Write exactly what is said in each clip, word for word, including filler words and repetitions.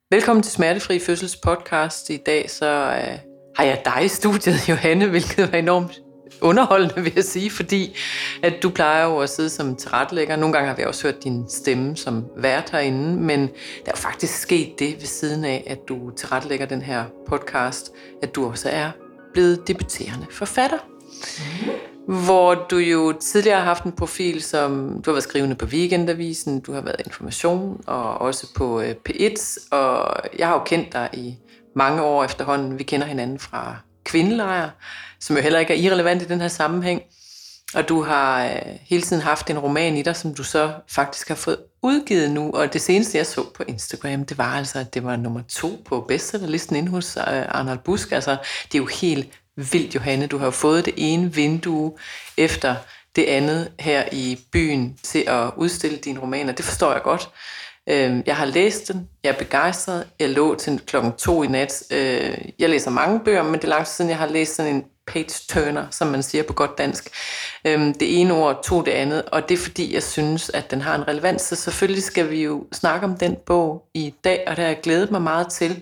Velkommen til Smertefri Fødsels podcast. I dag så øh, har jeg dig i studiet, Johanne, hvilket var enormt underholdende, vil jeg sige, fordi at du plejer jo at sidde som tilrettelægger. Nogle gange har vi også hørt din stemme som vært herinde, men der er jo faktisk sket det ved siden af, at du tilrettelægger den her podcast, at du også er blevet debuterende forfatter. Mm-hmm. Hvor du jo tidligere har haft en profil, som du har været skrivende på Weekendavisen, du har været Information og også på P et, og jeg har jo kendt dig i mange år efterhånden. Vi kender hinanden fra Kvindelejr, som jo heller ikke er irrelevant i den her sammenhæng. Og du har hele tiden haft en roman i dig, som du så faktisk har fået udgivet nu. Og det seneste, jeg så på Instagram, det var altså, at det var nummer to på bestsellerlisten inde hos Arnold Busk. Altså, det er jo helt vildt, Johanne. Du har jo fået det ene vindue efter det andet her i byen til at udstille dine romaner. Det forstår jeg godt. Jeg har læst den. Jeg er begejstret. Jeg lå til klokken to i nat. Jeg læser mange bøger, men det er lang tid siden, jeg har læst sådan en page-turner, som man siger på godt dansk. Det ene ord tog det andet, og det er fordi, jeg synes, at den har en relevans. Så selvfølgelig skal vi jo snakke om den bog i dag, og det har jeg glædet mig meget til.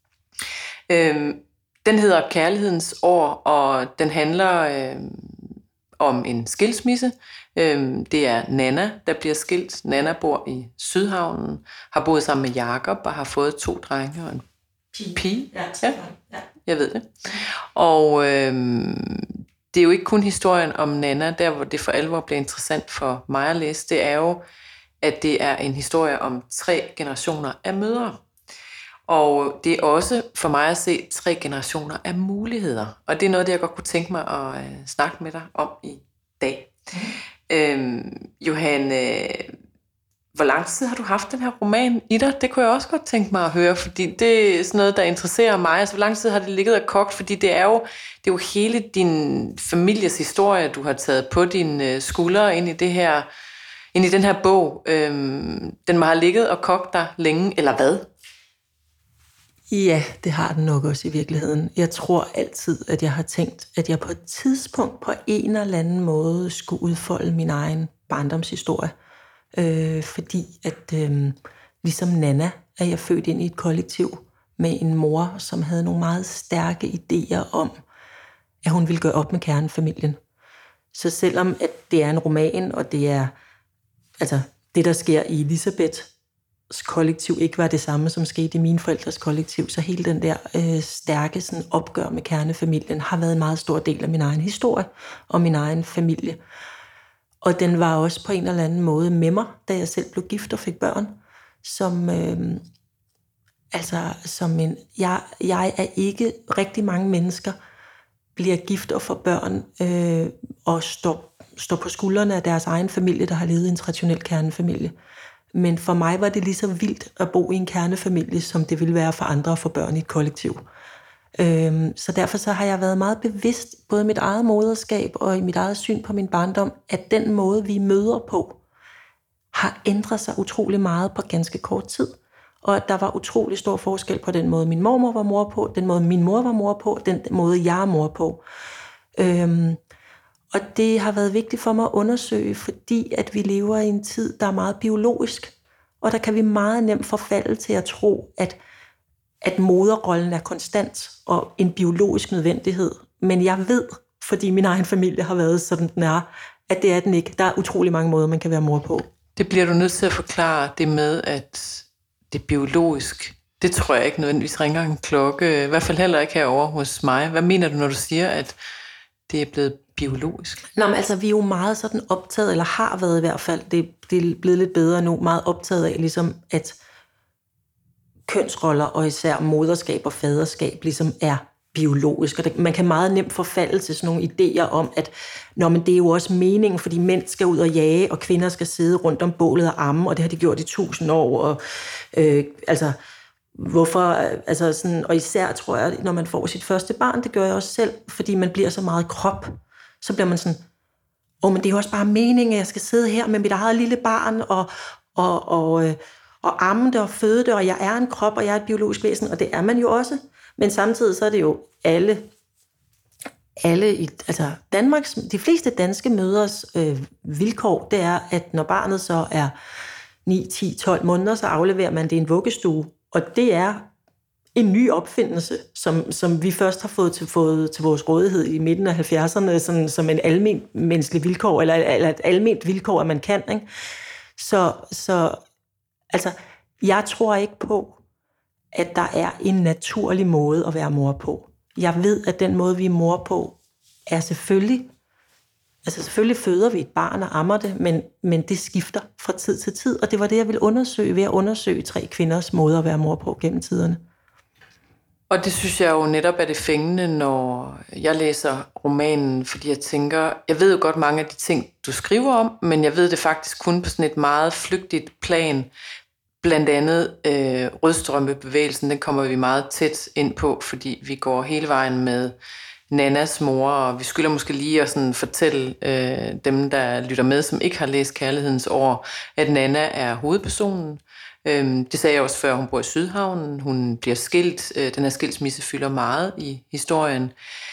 Den hedder Kærlighedens år, og den handler øh, om en skilsmisse. Øh, det er Nana, der bliver skilt. Nana bor i Sydhavnen, har boet sammen med Jakob og har fået to drenge og en pige. pige. Ja, ja, ja, jeg ved det. Og øh, det er jo ikke kun historien om Nana, der hvor det for alvor bliver interessant for mig at læse. Det er jo, at det er en historie om tre generationer af mødre. Og det er også for mig at se tre generationer af muligheder. Og det er noget, det jeg godt kunne tænke mig at øh, snakke med dig om i dag. Mm. Øhm, Johanne, hvor lang tid har du haft den her roman i dig? Det kunne jeg også godt tænke mig at høre, fordi det er sådan noget, der interesserer mig. Altså, hvor lang tid har det ligget og kogt? Fordi det er jo, det er jo hele din families historie, du har taget på dine skuldre ind i det her, ind i den her bog. Øhm, den må have ligget og kogt dig længe, eller hvad? Ja, det har den nok også i virkeligheden. Jeg tror altid, at jeg har tænkt, at jeg på et tidspunkt på en eller anden måde skulle udfolde min egen barndomshistorie. Øh, fordi at øh, ligesom Nana er jeg født ind i et kollektiv med en mor, som havde nogle meget stærke idéer om, at hun ville gøre op med kernefamilien. Så selvom at det er en roman, og det er altså det, der sker i Elisabeth kollektiv ikke var det samme, som skete i mine forældres kollektiv, så hele den der øh, stærke sådan, opgør med kernefamilien har været en meget stor del af min egen historie og min egen familie. Og den var også på en eller anden måde med mig, da jeg selv blev gift og fik børn. Som, øh, altså, som en, jeg, jeg er ikke rigtig mange mennesker, bliver gift og får børn øh, og står, står på skuldrene af deres egen familie, der har levet i en traditionel kernefamilie. Men for mig var det lige så vildt at bo i en kernefamilie, som det ville være for andre at få børn i et kollektiv. Øhm, så derfor så har jeg været meget bevidst, både i mit eget moderskab og i mit eget syn på min barndom, at den måde, vi møder på, har ændret sig utrolig meget på ganske kort tid. Og at der var utrolig stor forskel på den måde, min mormor var mor på, den måde, min mor var mor på, den måde, jeg er mor på. Øhm, Og det har været vigtigt for mig at undersøge, fordi at vi lever i en tid, der er meget biologisk. Og der kan vi meget nemt forfalde til at tro, at, at moderrollen er konstant og en biologisk nødvendighed. Men jeg ved, fordi min egen familie har været sådan, den er, at det er den ikke. Der er utrolig mange måder, man kan være mor på. Det bliver du nødt til at forklare, det med, at det er biologisk. Det tror jeg ikke nødvendigvis ringer en klokke. I hvert fald heller ikke herovre hos mig. Hvad mener du, når du siger, at det er blevet biologisk? Nå, men altså, vi er jo meget sådan optaget, eller har været i hvert fald, det, det er blevet lidt bedre nu, meget optaget af, ligesom, at kønsroller, og især moderskab og faderskab, ligesom er biologisk. Og det, man kan meget nemt forfalde til sådan nogle idéer om, at nå, men det er jo også meningen, fordi mænd skal ud og jage, og kvinder skal sidde rundt om bålet og amme, og det har de gjort i tusind år, og øh, altså... Hvorfor, altså sådan, og især tror jeg, når man får sit første barn, det gør jeg også selv, fordi man bliver så meget krop, så bliver man sådan, åh, men det er jo også bare meningen, at jeg skal sidde her med mit eget lille barn, og, og, og, og amme det og føde det, og jeg er en krop, og jeg er et biologisk væsen, og det er man jo også, men samtidig så er det jo alle, alle i, altså Danmarks, de fleste danske mødres øh, vilkår, det er, at når barnet så er ni, ti, tolv måneder, så afleverer man det i en vuggestue, og det er en ny opfindelse, som, som vi først har fået til, fået til vores rådighed i midten af halvfjerdserne, sådan, som en almen menneskelig vilkår, eller, eller et alment vilkår, at man kan. Ikke? Så, så altså, jeg tror ikke på, at der er en naturlig måde at være mor på. Jeg ved, at den måde, vi er mor på, er selvfølgelig, altså selvfølgelig føder vi et barn og ammer det, men, men det skifter fra tid til tid, og det var det, jeg ville undersøge ved at undersøge tre kvinders måde at være mor på gennem tiderne. Og det synes jeg jo netop er det fængende, når jeg læser romanen, fordi jeg tænker, jeg ved jo godt mange af de ting, du skriver om, men jeg ved det faktisk kun på sådan et meget flygtigt plan. Blandt andet øh, rødstrømpebevægelsen, den kommer vi meget tæt ind på, fordi vi går hele vejen med Nannas mor, og vi skylder måske lige at sådan fortælle øh, dem, der lytter med, som ikke har læst Kærlighedens år, at Nanna er hovedpersonen. Øhm, det sagde jeg også før, hun bor i Sydhavnen, hun bliver skilt, øh, den her skilsmisse fylder meget i historien.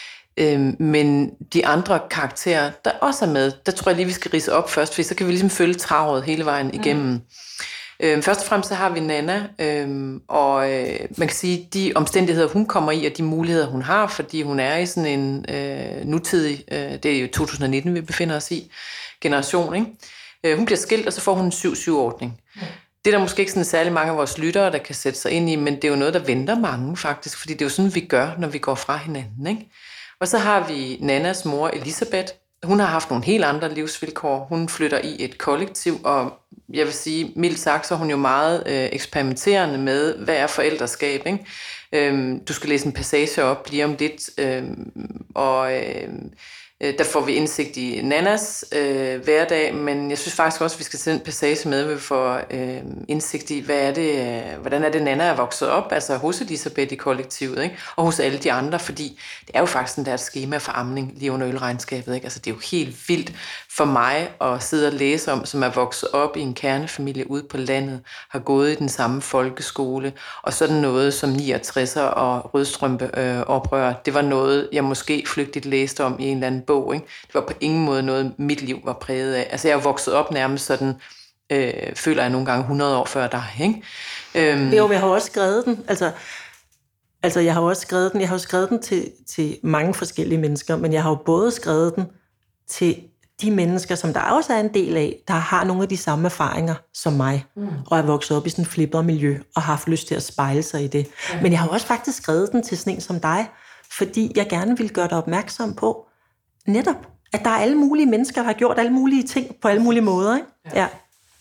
Øhm, men de andre karakterer, der også er med, der tror jeg lige, vi skal ridse op først, for så kan vi ligesom følge travet hele vejen igennem. Mm. Øhm, først og fremmest så har vi Nanna, øhm, og øh, man kan sige, de omstændigheder, hun kommer i, og de muligheder, hun har, fordi hun er i sådan en øh, nutidig, øh, det er jo to tusind nitten, vi befinder os i, generation, ikke? Øh, hun bliver skilt, og så får hun en syv syv-ordning. Mm. Det er der måske ikke sådan særlig mange af vores lyttere, der kan sætte sig ind i, men det er jo noget, der venter mange faktisk, fordi det er jo sådan, vi gør, når vi går fra hinanden, ikke? Og så har vi Nannas mor, Elisabeth. Hun har haft nogle helt andre livsvilkår. Hun flytter i et kollektiv, og jeg vil sige, mildt sagt, så er hun jo meget øh, eksperimenterende med, hvad er forældreskab, ikke? Øhm, du skal læse en passage op lige om lidt, øhm, og øh, der får vi indsigt i Nannas øh, hverdag, men jeg synes faktisk også, at vi skal sætte en passage med, hvor vi får øh, indsigt i, hvad er det, øh, hvordan er det, Nanna er vokset op, altså hos Elisabeth i kollektivet, ikke? Og hos alle de andre, fordi det er jo faktisk sådan der et skema for amning lige under ølregnskabet, ikke? Altså det er jo helt vildt for mig at sidde og læse om, som er vokset op i en kernefamilie ude på landet, har gået i den samme folkeskole, og sådan noget som niogtresser og rødstrømpeoprør, øh, det var noget, jeg måske flygtigt læste om i en eller anden bog, ikke? Det var på ingen måde noget, mit liv var præget af. Altså jeg er vokset op nærmest sådan, øh, føler jeg nogle gange hundrede år før dig, ikke? Øhm. Jo, jeg har også skrevet den, altså, altså jeg har også skrevet den, jeg har jo skrevet den til, til mange forskellige mennesker, men jeg har jo både skrevet den til de mennesker, som der også er en del af, der har nogle af de samme erfaringer som mig, mm. og er vokset op i sådan et flippret miljø, og har haft lyst til at spejle sig i det. Mm. Men jeg har også faktisk skrevet den til sådan en som dig, fordi jeg gerne vil gøre dig opmærksom på, netop, at der er alle mulige mennesker, der har gjort alle mulige ting på alle mulige måder. Ikke? Ja. Ja.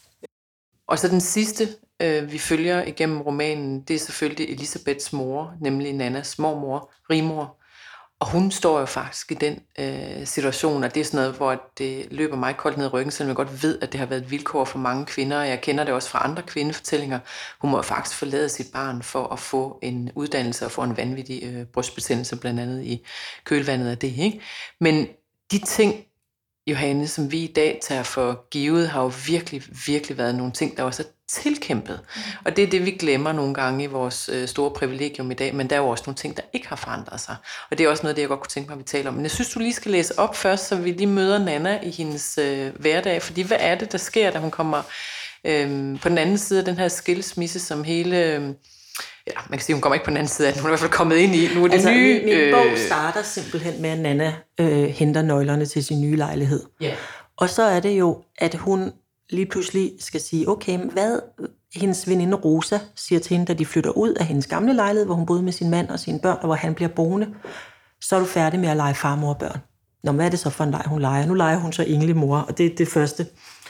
Og så den sidste, øh, vi følger igennem romanen, det er selvfølgelig Elisabeths mor, nemlig Nannas mormor, Rigmor. Og hun står jo faktisk i den øh, situation, og det er sådan noget, hvor det løber mig koldt ned i ryggen, selvom jeg godt ved, at det har været et vilkår for mange kvinder. Jeg kender det også fra andre kvindefortællinger. Hun må faktisk forlade sit barn for at få en uddannelse og få en vanvittig øh, brystbetændelse, blandt andet i kølvandet af det, ikke? Men de ting, Johanne, som vi i dag tager for givet, har jo virkelig, virkelig været nogle ting, der også er tilkæmpet. Mm. Og det er det, vi glemmer nogle gange i vores øh, store privilegium i dag, men der er jo også nogle ting, der ikke har forandret sig. Og det er også noget, det jeg godt kunne tænke mig, at vi taler om. Men jeg synes, du lige skal læse op først, så vi lige møder Nanna i hendes øh, hverdag. Fordi hvad er det, der sker, da hun kommer øh, på den anden side af den her skilsmisse, som hele... Øh, ja, man kan sige, hun kommer ikke på den anden side af den, hun er i hvert fald kommet ind i. Nu er det altså, nye... Min, min øh... bog starter simpelthen med, at Nanna øh, henter nøglerne til sin nye lejlighed. Yeah. Og så er det jo, at hun lige pludselig skal sige, okay, hvad hendes veninde Rosa siger til hende, da de flytter ud af hendes gamle lejlighed, hvor hun boede med sin mand og sine børn, og hvor han bliver boende, så er du færdig med at lege far, mor og børn. Nå, hvad er det så for en leg, hun leger? Nu leger hun så englemor, og det er det første.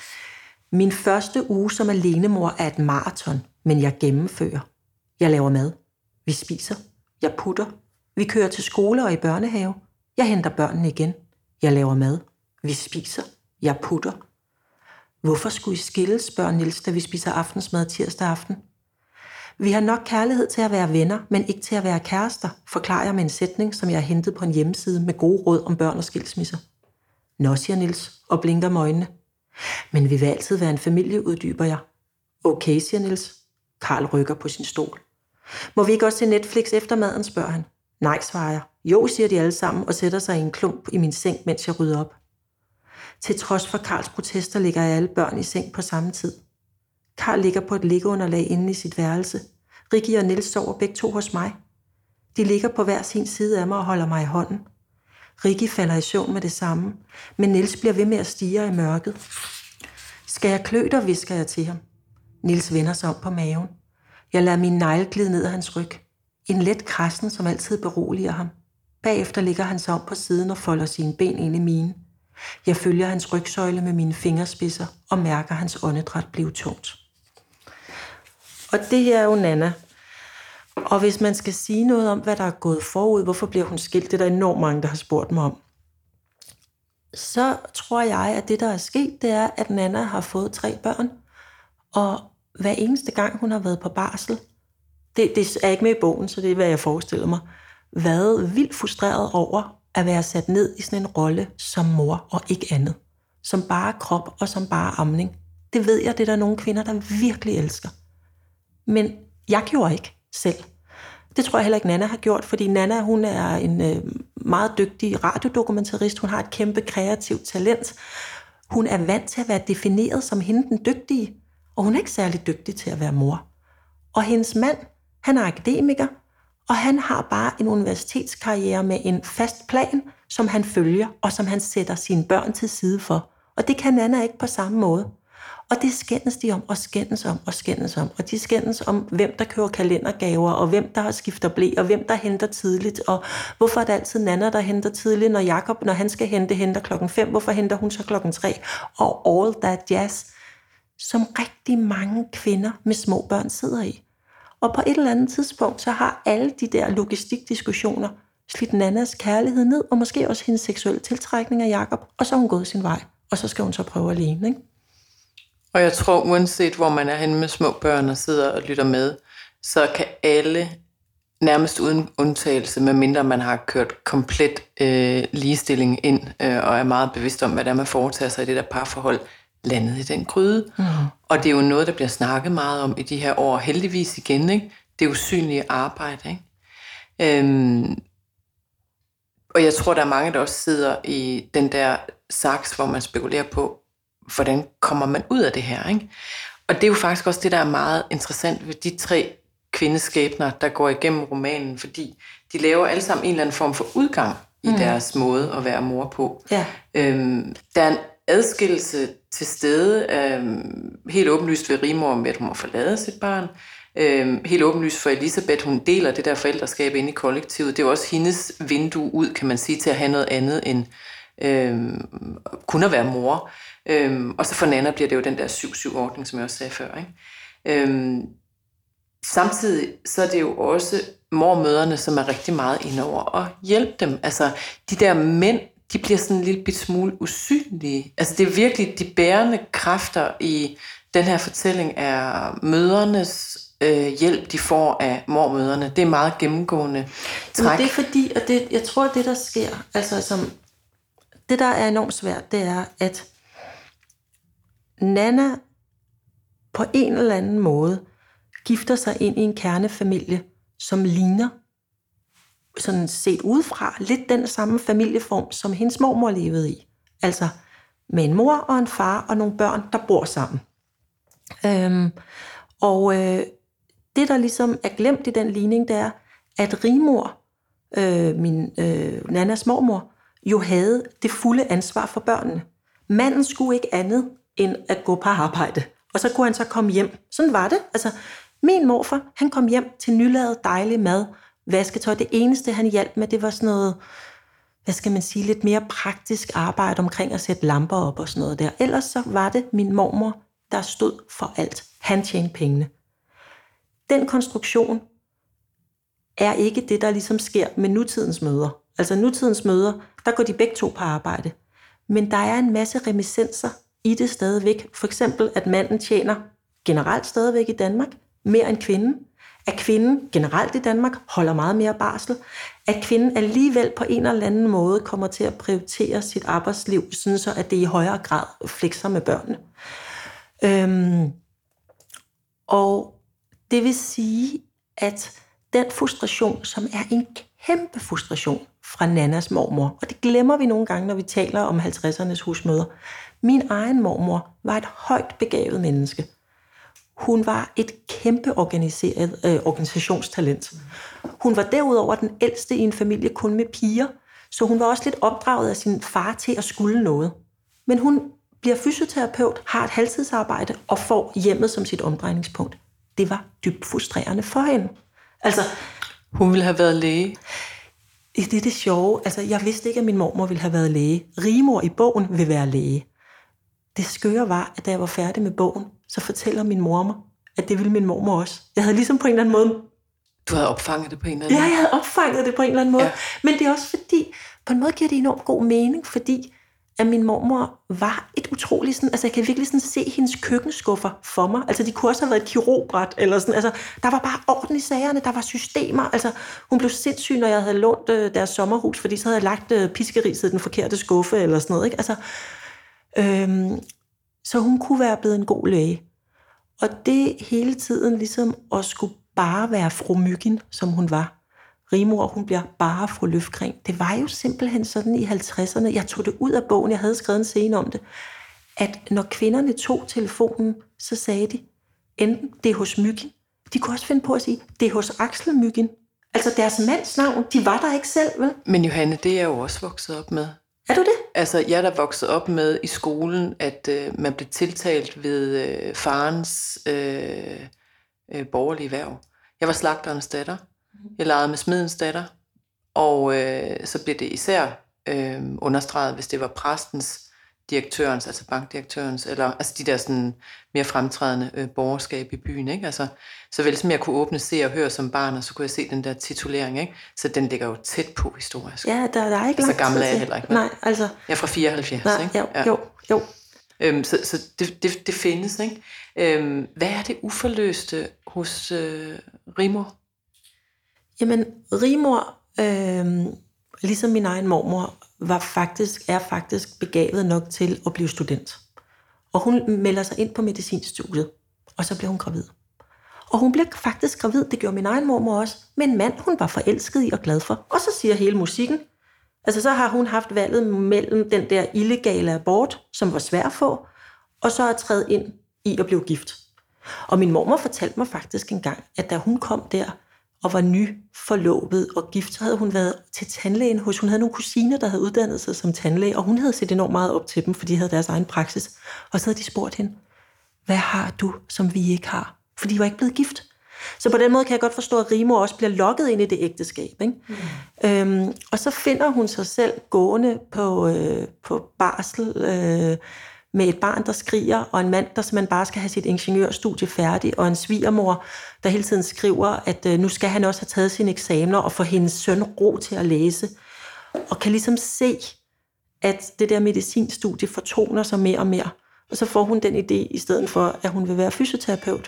Min første uge som alenemor er et maraton, men jeg gennemfører. Jeg laver mad. Vi spiser. Jeg putter. Vi kører til skole og i børnehave. Jeg henter børnene igen. Jeg laver mad. Vi spiser. Jeg putter. Hvorfor skulle I skilles, spørger Niels, da vi spiser aftensmad tirsdag aften? Vi har nok kærlighed til at være venner, men ikke til at være kærester, forklarer jeg med en sætning, som jeg har hentet på en hjemmeside med gode råd om børn og skilsmisser. Nå, siger Niels og blinker med øjnene. Men vi vil altid være en familie, uddyber jeg. Okay, siger Niels. Karl rykker på sin stol. Må vi ikke også se Netflix efter maden, spørger han. Nej, svarer jeg. Jo, siger de alle sammen og sætter sig i en klump i min seng, mens jeg rydder op. Til trods for Karls protester ligger jeg alle børn i seng på samme tid. Karl ligger på et liggeunderlag inde i sit værelse. Rikke og Niels sover begge to hos mig. De ligger på hver sin side af mig og holder mig i hånden. Rikke falder i søvn med det samme, men Niels bliver ved med at stirre i mørket. Skal jeg klø dig, visker jeg til ham. Niels vender sig om på maven. Jeg lader min negle glide ned ad hans ryg. En let krassen, som altid beroliger ham. Bagefter ligger han sig om på siden og folder sine ben ind i mine. Jeg følger hans rygsøjle med mine fingerspidser og mærker hans åndedræt blive tungt. Og det her er jo Nanna. Og hvis man skal sige noget om, hvad der er gået forud, hvorfor bliver hun skilt, det er der enormt mange, der har spurgt mig om, så tror jeg, at det, der er sket, det er, at Nanna har fået tre børn, og hver eneste gang, hun har været på barsel, det, det er ikke med i bogen, så det er, hvad jeg forestiller mig, været vildt frustreret over at være sat ned i sådan en rolle som mor og ikke andet. Som bare krop og som bare amning. Det ved jeg, det er der nogle kvinder, der virkelig elsker. Men jeg gjorde ikke selv. Det tror jeg heller ikke, Nanna har gjort, fordi Nanna, hun er en øh, meget dygtig radiodokumentarist. Hun har et kæmpe kreativt talent. Hun er vant til at være defineret som hende den dygtige, og hun er ikke særlig dygtig til at være mor. Og hendes mand, han er akademiker, og han har bare en universitetskarriere med en fast plan, som han følger, og som han sætter sine børn til side for. Og det kan Nanna ikke på samme måde. Og det skændes de om, og skændes om, og skændes om. Og de skændes om, hvem der køber kalendergaver, og hvem der skifter ble, og hvem der henter tidligt. Og hvorfor er det altid Nanna, der henter tidligt, når Jakob, når han skal hente, henter klokken fem? Hvorfor henter hun så klokken tre? Og all that jazz, som rigtig mange kvinder med små børn sidder i. Og på et eller andet tidspunkt, så har alle de der logistikdiskussioner slidt Nannas kærlighed ned, og måske også hendes seksuelle tiltrækning af Jakob, og så er hun gået sin vej, og så skal hun så prøve alene, ikke? Og jeg tror, uanset hvor man er henne med små børn og sidder og lytter med, så kan alle, nærmest uden undtagelse, medmindre man har kørt komplet øh, ligestilling ind, øh, og er meget bevidst om, hvad der man foretager sig i det der parforhold, landet i den gryde. Mm. Og det er jo noget, der bliver snakket meget om i de her år, heldigvis igen, ikke? Det usynlige arbejde, ikke? Øhm, og jeg tror, der er mange, der også sidder i den der saks, hvor man spekulerer på, hvordan kommer man ud af det her, ikke? Og det er jo faktisk også det, der er meget interessant ved de tre kvindeskæbner, der går igennem romanen, fordi de laver alle sammen en eller anden form for udgang i mm. deres måde at være mor på. Ja. Øhm, der er en adskillelse til stede, øhm, helt åbenlyst ved Rigmor med, at hun må forlade sit barn. Øhm, helt åbenlyst for Elisabeth, hun deler det der forældreskab inde i kollektivet. Det er jo også hendes vindue ud, kan man sige, til at have noget andet end øhm, kun at være mor. Øhm, og så for Nanna bliver det jo den der syv syv ordning, som jeg også sagde før, ikke? Øhm, samtidig så er det jo også mormødrene, som er rigtig meget inde over og hjælpe dem. Altså de der mænd, de bliver sådan en lille bit smule usynlige. Altså det er virkelig de bærende kræfter i den her fortælling er mødrenes øh, hjælp, de får af mormødrene. Det er meget gennemgående træk. Men det er fordi, og det, jeg tror det der sker, altså som det der er enormt svært, det er at Nanna på en eller anden måde gifter sig ind i en kernefamilie, som ligner, sådan set udefra, lidt den samme familieform, som hendes mormor levede i. Altså med en mor og en far og nogle børn, der bor sammen. Øhm, og øh, det, der ligesom er glemt i den ligning, det er, at Rigmor, øh, min øh, Nannas mormor, jo havde det fulde ansvar for børnene. Manden skulle ikke andet end at gå på arbejde. Og så kunne han så komme hjem. Sådan var det. Altså, min morfar, han kom hjem til nylavet dejlig mad, vasketøj. Det eneste, han hjalp med, det var sådan noget, hvad skal man sige, lidt mere praktisk arbejde omkring at sætte lamper op og sådan noget der. Ellers så var det min mormor, der stod for alt. Han tjente pengene. Den konstruktion er ikke det, der ligesom sker med nutidens mødre. Altså nutidens mødre, der går de begge to på arbejde. Men der er en masse reminiscenser i det stadigvæk. For eksempel, at manden tjener generelt stadigvæk i Danmark mere end kvinden. At kvinden generelt i Danmark holder meget mere barsel. At kvinden alligevel på en eller anden måde kommer til at prioritere sit arbejdsliv, sådan så at det i højere grad flekser med børnene. Øhm, og det vil sige, at den frustration, som er en kæmpe frustration fra Nannas mormor, og det glemmer vi nogle gange, når vi taler om halvtredsernes husmødre. Min egen mormor var et højt begavet menneske. Hun var et kæmpe organiseret øh, organisationstalent. Hun var derudover den ældste i en familie kun med piger, så hun var også lidt opdraget af sin far til at skulle noget. Men hun bliver fysioterapeut, har et halvtidsarbejde og får hjemmet som sit omdrejningspunkt. Det var dybt frustrerende for hende. Altså, hun ville have været læge. Det er det sjove. Altså, jeg vidste ikke, at min mormor ville have været læge. Rigmor i bogen vil være læge. Det skøre var, at da jeg var færdig med bogen, så fortæller min mor mig, at det ville min mormor også. Jeg havde ligesom på en eller anden måde... Du havde opfanget det på en eller anden måde? Ja, jeg havde opfanget det på en eller anden måde. Ja. Men det er også fordi, på en måde giver det enormt god mening, fordi at min mormor var et utroligt sådan... Altså, jeg kan virkelig sådan se hendes køkkenskuffer for mig. Altså, de kunne også have været et kirurgbræt, eller sådan. Altså, der var bare orden i sagerne, der var systemer. Altså, hun blev sindssyg, når jeg havde lånt øh, deres sommerhus, fordi så havde jeg lagt øh, piskeriset i den forkerte skuffe, eller sådan noget, ikke? Altså... Øhm, så hun kunne være blevet en god læge. Og det hele tiden ligesom at skulle bare være fru Myggen, som hun var. Rigmor, hun bliver bare fru Løfgren. Det var jo simpelthen sådan i halvtredserne. Jeg tog det ud af bogen, jeg havde skrevet en scene om det, at når kvinderne tog telefonen, så sagde de, enten det er hos Myggen. De kunne også finde på at sige, det er hos Axel Myggen. Altså deres mands navn, de var der ikke selv, vel? Men Johanne, det er jeg jo også vokset op med. Er du det? Altså, jeg er der vokset op med i skolen, at øh, man blev tiltalt ved øh, farens øh, øh, borgerlige værv. Jeg var slagterens datter. Jeg legede med smedens datter. Og øh, så blev det især øh, understreget, hvis det var præstens, direktørens, altså bankdirektørens, eller altså de der sådan mere fremtrædende øh, borgerskab i byen, ikke? Altså, så vel som jeg kunne åbne, se og høre som barn, og så kunne jeg se den der titulering, ikke? Så den ligger jo tæt på historisk. Ja, der, der er ikke så langt gammel er jeg heller ikke. Nej, altså... Jeg er fra fireoghalvfjerds, nej, ikke? Jo, ja. jo, jo. Øhm, så så det, det, det findes, ikke? Øhm, hvad er det uforløste hos øh, Rigmor? Jamen, Rigmor, øh, ligesom min egen mormor, var faktisk, er faktisk begavet nok til at blive student. Og hun melder sig ind på medicinstudiet, og så bliver hun gravid. Og hun bliver faktisk gravid, det gjorde min egen mormor også, med en mand, hun var forelsket i og glad for. Og så siger hele musikken, altså så har hun haft valget mellem den der illegale abort, som var svær at få, og så at træde ind i at blive gift. Og min mormor fortalte mig faktisk engang, at da hun kom der, og var nyforlovet og gift, så havde hun været til tandlægen hos, hun havde nogle kusiner, der havde uddannet sig som tandlæge, og hun havde set enormt meget op til dem, for de havde deres egen praksis. Og så havde de spurgt hende, hvad har du, som vi ikke har? For de var ikke blevet gift. Så på den måde kan jeg godt forstå, at Rigmor også bliver lokket ind i det ægteskab. Ikke? Mm. Øhm, og så finder hun sig selv gående på, øh, på barsel, øh, med et barn, der skriger, og en mand, der simpelthen bare skal have sit ingeniørstudie færdig, og en svigermor, der hele tiden skriver, at øh, nu skal han også have taget sine eksamener og få hendes søn ro til at læse. Og kan ligesom se, at det der medicinstudie fortoner sig mere og mere. Og så får hun den idé, i stedet for, at hun vil være fysioterapeut.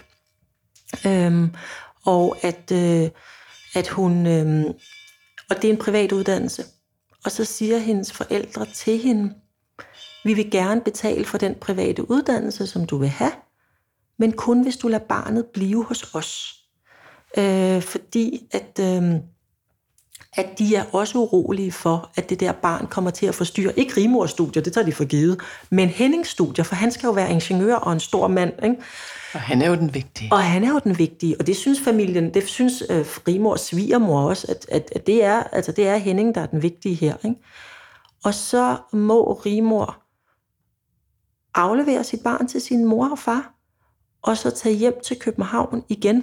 Øhm, og at, øh, at hun... Øh, og det er en privat uddannelse. Og så siger hendes forældre til hende, vi vil gerne betale for den private uddannelse, som du vil have, men kun hvis du lader barnet blive hos os. Øh, fordi at, øh, at de er også urolige for, at det der barn kommer til at forstyrre, ikke Rigmors studier, det tager de for givet, men Hennings studier, for han skal jo være ingeniør og en stor mand. Ikke? Og han er jo den vigtige. Og han er jo den vigtige, og det synes familien, det synes øh, Rigmors svigermor også, at, at, at det, er, altså det er Henning, der er den vigtige her. Ikke? Og så må Rigmor aflevere sit barn til sin mor og far, og så tage hjem til København igen.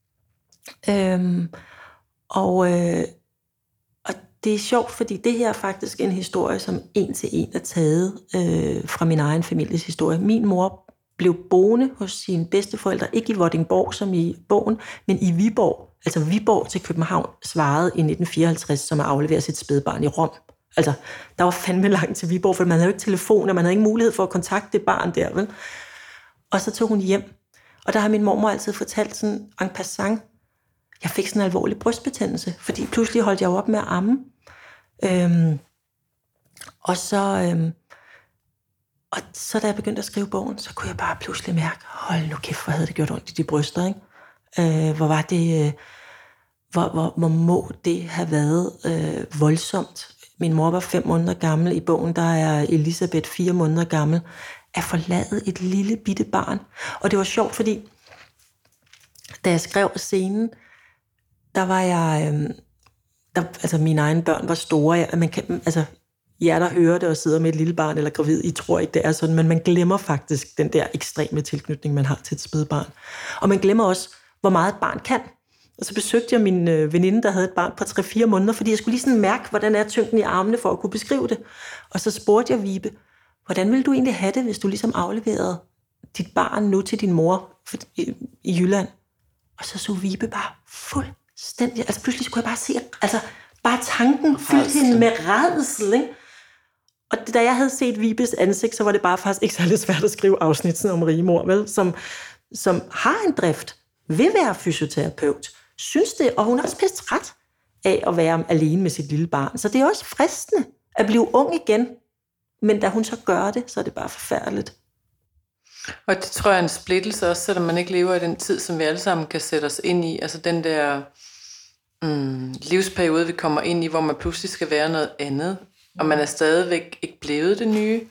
Øhm, og, øh, og det er sjovt, fordi det her er faktisk en historie, som en til en er taget øh, fra min egen families historie. Min mor blev boende hos sine bedsteforældre, ikke i Vordingborg som i bogen, men i Viborg. Altså Viborg til København svarede i nitten fireoghalvtreds, som at aflevere sit spædbarn i Rom. Altså, der var fandme langt til Viborg, for man havde jo ikke telefon, og man havde ikke mulighed for at kontakte det barn der, vel? Og så tog hun hjem. Og der har min mormor altid fortalt sådan en passant, jeg fik sådan en alvorlig brystbetændelse, fordi pludselig holdt jeg jo op med at amme. Øhm, og så, øhm, og så da jeg begyndte at skrive bogen, så kunne jeg bare pludselig mærke, hold nu kæft, hvor havde det gjort ondt i de bryster, ikke? Øh, hvor var det, øh, hvor, hvor, hvor må det have været øh, voldsomt. Min mor var fem måneder gammel. I bogen, der er Elisabeth fire måneder gammel. At forlade et lille bitte barn. Og det var sjovt, fordi da jeg skrev scenen, der var jeg... Øh, der, altså, mine egne børn var store. Jeg, man kan, altså, jer, der hører det og sidder med et lille barn eller gravid, I tror ikke, det er sådan, men man glemmer faktisk den der ekstreme tilknytning, man har til et spædbarn. Og man glemmer også, hvor meget et barn kan. Og så besøgte jeg min øh, veninde, der havde et barn på tre fire måneder, fordi jeg skulle lige sådan mærke, hvordan er tyngden i armene for at kunne beskrive det. Og så spurgte jeg Vibe, hvordan ville du egentlig have det, hvis du ligesom afleverede dit barn nu til din mor i, i Jylland? Og så så Vibe bare fuldstændig, altså pludselig skulle jeg bare se, altså bare tanken fyldte hende med rædsel, ikke? Og da jeg havde set Vibes ansigt, så var det bare faktisk ikke særlig svært at skrive afsnitsen om Rigmor, vel? Som, som har en drift, vil være fysioterapeut, synes det, og hun har også pisse ret af at være alene med sit lille barn. Så det er også fristende at blive ung igen, men da hun så gør det, så er det bare forfærdeligt. Og det tror jeg er en splittelse også, selvom man ikke lever i den tid, som vi alle sammen kan sætte os ind i. Altså den der mm, livsperiode, vi kommer ind i, hvor man pludselig skal være noget andet, og man er stadigvæk ikke blevet det nye,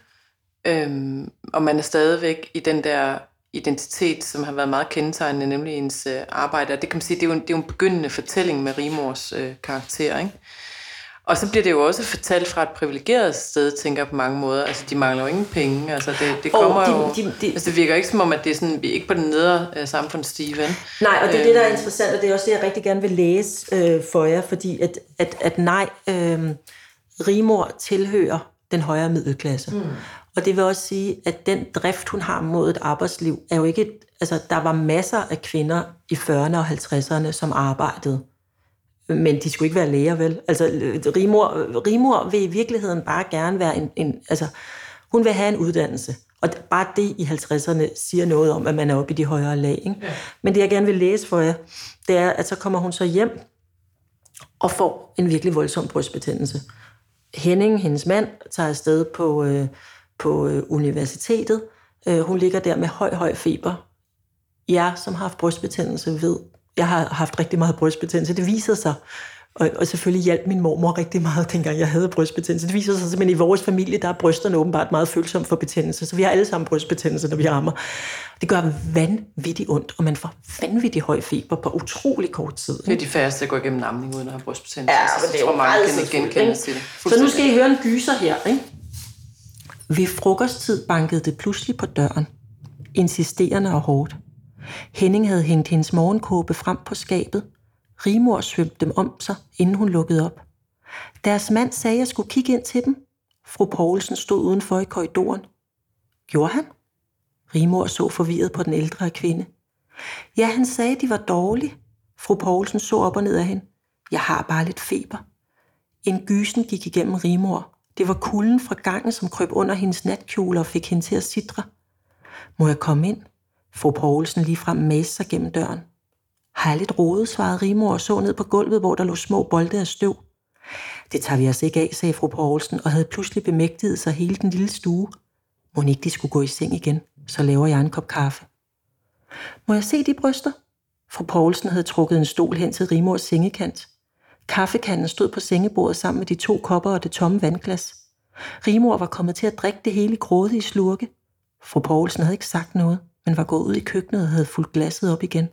øhm, og man er stadigvæk i den der identitet, som har været meget kendetegnende, nemlig ens øh, arbejde. Og det kan man sige, det er jo en, det er jo en begyndende fortælling med Rigmors øh, karakter, ikke? Og så bliver det jo også fortalt fra et privilegeret sted, tænker jeg på mange måder. Altså, de mangler jo ingen penge. Altså, det, det kommer oh, de, jo... De, de, altså, det virker ikke som om, at det er sådan, vi er ikke på den nedre øh, samfundsstige, ven. Nej, og det er øh, det, der er interessant, og det er også det, jeg rigtig gerne vil læse øh, for jer, fordi at, at, at nej, øh, Rigmor tilhører den højere middelklasse. Mm. Og det vil også sige, at den drift, hun har mod et arbejdsliv, er jo ikke et, altså, der var masser af kvinder i fyrrerne og halvtredserne, som arbejdede. Men de skulle ikke være læger, vel? Altså, Rigmor, Rigmor vil i virkeligheden bare gerne være en, en... Altså, hun vil have en uddannelse. Og bare det i halvtredserne siger noget om, at man er oppe i de højere lag, ikke? Ja. Men det, jeg gerne vil læse for jer, det er, at så kommer hun så hjem og får en virkelig voldsom brystbetændelse. Henning, hendes mand, tager afsted på, øh, på øh, universitetet. Øh, hun ligger der med høj, høj feber. Jeg, som har haft brystbetændelse, ved... Jeg har haft rigtig meget brystbetændelse. Det viser sig, og, og selvfølgelig hjalp min mormor rigtig meget, dengang jeg havde brystbetændelse. Det viser sig simpelthen, i vores familie, der er brysterne åbenbart meget følsomme for betændelse, så vi har alle sammen brystbetændelse, når vi ammer. Det gør vanvittigt ondt, og man får vanvittigt høj feber på utrolig kort tid. Det er de færreste, der går igennem amning uden at have brystbetændelse. Ja, men det er jo meget genkende til det. Så nu skal I høre en gyser her, ikke? Ved frokosttid bankede det pludselig på døren. Insisterende og hårdt. Henning havde hængt hendes morgenkåbe frem på skabet. Rigmor svømte dem om sig, inden hun lukkede op. Deres mand sagde, at jeg skulle kigge ind til dem. Fru Poulsen stod udenfor i korridoren. Gjorde han? Rigmor så forvirret på den ældre kvinde. Ja, han sagde, at de var dårlige. Fru Poulsen så op og ned af hende. Jeg har bare lidt feber. En gysen gik igennem Rigmor. Det var kulden fra gangen, som krøb under hendes natkjole og fik hende til at sidre. Må jeg komme ind? Fru Poulsen ligefrem mæste sig gennem døren. Har jeg lidt rodet, svarede Rigmor og så ned på gulvet, hvor der lå små bolde af støv. Det tager vi os ikke af, sagde fru Poulsen, og havde pludselig bemægtiget sig hele den lille stue. Må ikke de skulle gå i seng igen, så laver jeg en kop kaffe. Må jeg se de bryster? Fru Poulsen havde trukket en stol hen til Rigmors sengekant. Kaffekanden stod på sengebordet sammen med de to kopper og det tomme vandglas. Rigmor var kommet til at drikke det hele grådige slurke. Fru Poulsen havde ikke sagt noget, men var gået ud i køkkenet og havde fulgt glasset op igen.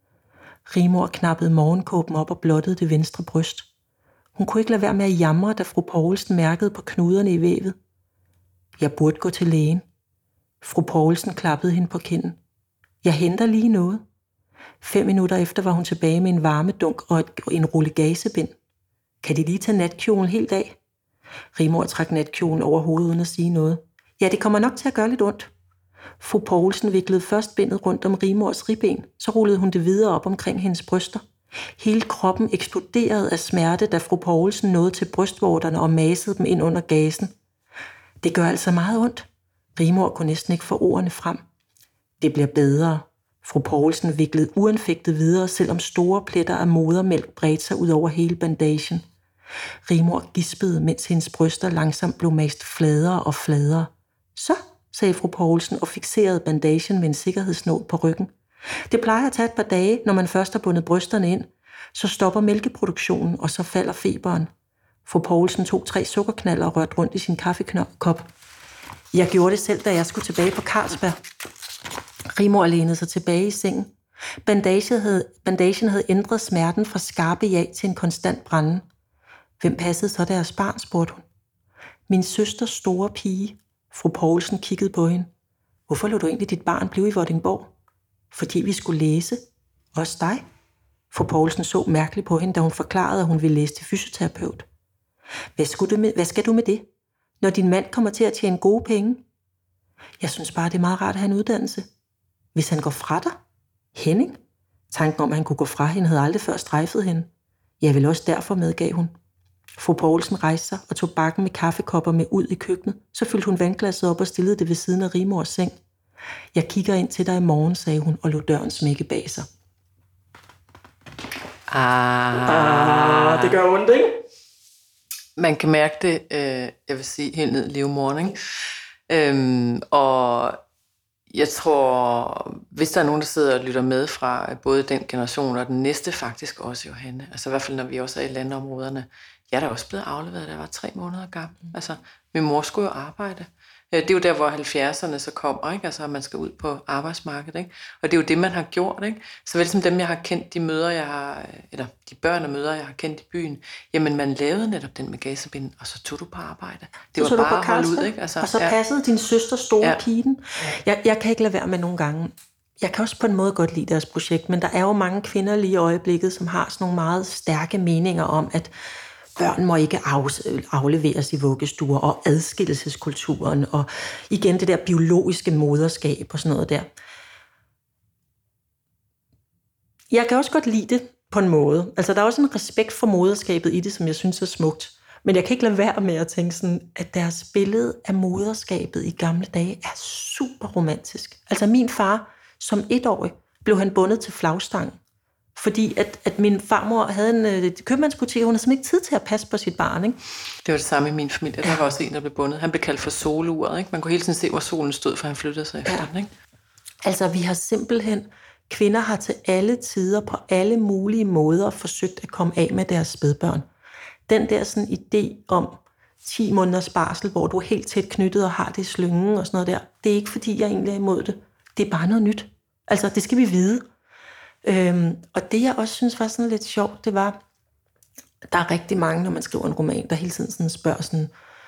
Rigmor knappede morgenkåben op og blottede det venstre bryst. Hun kunne ikke lade være med at jamre, da fru Poulsen mærkede på knuderne i vævet. Jeg burde gå til lægen. Fru Poulsen klappede hende på kinden. Jeg henter lige noget. Fem minutter efter var hun tilbage med en varmedunk og, et, og en rulle gasebind. Kan de lige tage natkjolen helt af? Rigmor trak natkjolen over hovedet uden at sige noget. Ja, det kommer nok til at gøre lidt ondt. Fru Poulsen viklede først bindet rundt om Rigmors ribben, så rullede hun det videre op omkring hendes bryster. Hele kroppen eksploderede af smerte, da fru Poulsen nåede til brystvorterne og masede dem ind under gasen. Det gør altså meget ondt. Rigmor kunne næsten ikke få ordene frem. Det bliver bedre. Fru Poulsen viklede uanfægtet videre, selvom store pletter af modermælk bredte sig ud over hele bandagen. Rigmor gispede, mens hendes bryster langsomt blev mast fladere og fladere. Så, sagde fru Poulsen og fikserede bandagen med en sikkerhedsnål på ryggen. Det plejer at tage et par dage, når man først har bundet brysterne ind. Så stopper mælkeproduktionen, og så falder feberen. Fru Poulsen tog tre sukkerknaller og rørte rundt i sin kaffekop. Jeg gjorde det selv, da jeg skulle tilbage på Carlsberg. Rigmor lænede sig tilbage i sengen. Bandagen havde, bandagen havde ændret smerten fra skarpe ja til en konstant brænde. Hvem passede så deres barn, spurgte hun. Min søsters store pige. Fru Poulsen kiggede på hende. Hvorfor lod du egentlig dit barn blive i Vordingborg? Fordi vi skulle læse. Også dig? Fru Poulsen så mærkeligt på hende, da hun forklarede, at hun ville læse til fysioterapeut. Hvad, skulle du med, hvad skal du med det, når din mand kommer til at tjene gode penge? Jeg synes bare, det er meget rart at have en uddannelse. Hvis han går fra dig? Henning? Tanken om, at han kunne gå fra hende, havde aldrig før strejfet hende. Jeg vil også derfor, medgav hun. Fru Poulsen rejste sig og tog bakken med kaffekopper med ud i køkkenet. Så fyldte hun vandglasset op og stillede det ved siden af Rigmors seng. Jeg kigger ind til dig i morgen, sagde hun og lod døren smække bag sig. Ah, ah det gør ondt, ikke? Man kan mærke det, øh, jeg vil sige, helt ned i livmoderen, ikke? Øhm, og jeg tror, hvis der er nogen, der sidder og lytter med fra både den generation og den næste faktisk også, Johanne, altså i hvert fald når vi også er i landområderne, jeg er da også blevet afleveret, da jeg var tre måneder gammel. Altså, min mor skulle jo arbejde. Det er jo der, hvor halvfjerdserne så kommer, ikke? Altså, man skal ud på arbejdsmarkedet, ikke? Og det er jo det, man har gjort, ikke? Så vel som dem, jeg har kendt, de møder, jeg har, eller de børn og møder, jeg har kendt i byen, jamen, man lavede netop den med gasebind, og så tog du på arbejde. Det så var bare at holde ud, ikke? Altså, og så ja. passede din søster store ja. pigen. Jeg, jeg kan ikke lade være med nogle gange. Jeg kan også på en måde godt lide deres projekt, men der er jo mange kvinder lige i øjeblikket, som har sådan nogle meget stærke meninger om, at børn må ikke afleveres i vuggestuer, og adskillelseskulturen, og igen det der biologiske moderskab og sådan noget der. Jeg kan også godt lide det på en måde. Altså, der er også en respekt for moderskabet i det, som jeg synes er smukt. Men jeg kan ikke lade være med at tænke sådan, at deres billede af moderskabet i gamle dage er super romantisk. Altså, min far, som etårig, blev han bundet til flagstangen. Fordi at, at min farmor havde en øh, købmandsbutik, og hun havde simpelthen ikke tid til at passe på sit barn, ikke? Det var det samme i min familie. Der var også en, der blev bundet. Han blev kaldt for soluret, ikke? Man kunne hele tiden se, hvor solen stod, for han flyttede sig efter den, ikke? Altså, vi har simpelthen... Kvinder har til alle tider på alle mulige måder forsøgt at komme af med deres spædbørn. Den der sådan idé om ti måneders barsel, hvor du er helt tæt knyttet og har det i slyngen og sådan noget der, det er ikke, fordi jeg egentlig er imod det. Det er bare noget nyt. Altså, det skal vi vide. Øhm, og det, jeg også synes var sådan lidt sjovt, det var, der er rigtig mange, når man skriver en roman, der hele tiden sådan spørger sådan,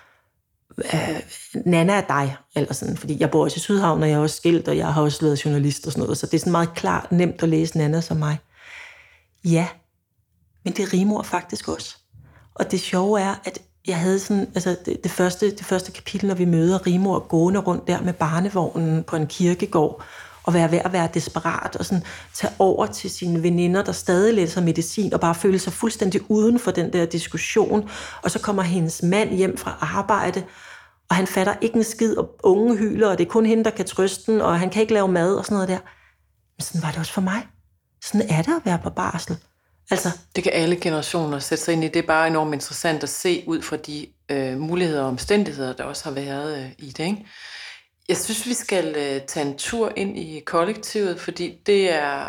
øh, Nana er dig, eller sådan, fordi jeg bor også i Sydhavn, og jeg er også skilt, og jeg har også været journalist og sådan noget, så det er sådan meget klart nemt at læse Nana som mig. Ja, men det er Rigmor faktisk også. Og det sjove er, at jeg havde sådan, altså det, det, første, det første kapitel, når vi møder Rigmor gående rundt der med barnevognen på en kirkegård, og være ved at være desperat, og sådan tage over til sine veninder, der stadig læser medicin, og bare føle sig fuldstændig uden for den der diskussion. Og så kommer hendes mand hjem fra arbejde, og han fatter ikke en skid, og unge hyler, og det er kun hende, der kan trøste den, og han kan ikke lave mad, og sådan noget der. Men sådan var det også for mig. Sådan er det at være på barsel. Altså, det kan alle generationer sætte sig ind i. Det er bare enormt interessant at se ud fra de øh, muligheder og omstændigheder, der også har været øh, i det, ikke? Jeg synes, vi skal øh, tage en tur ind i kollektivet, fordi det er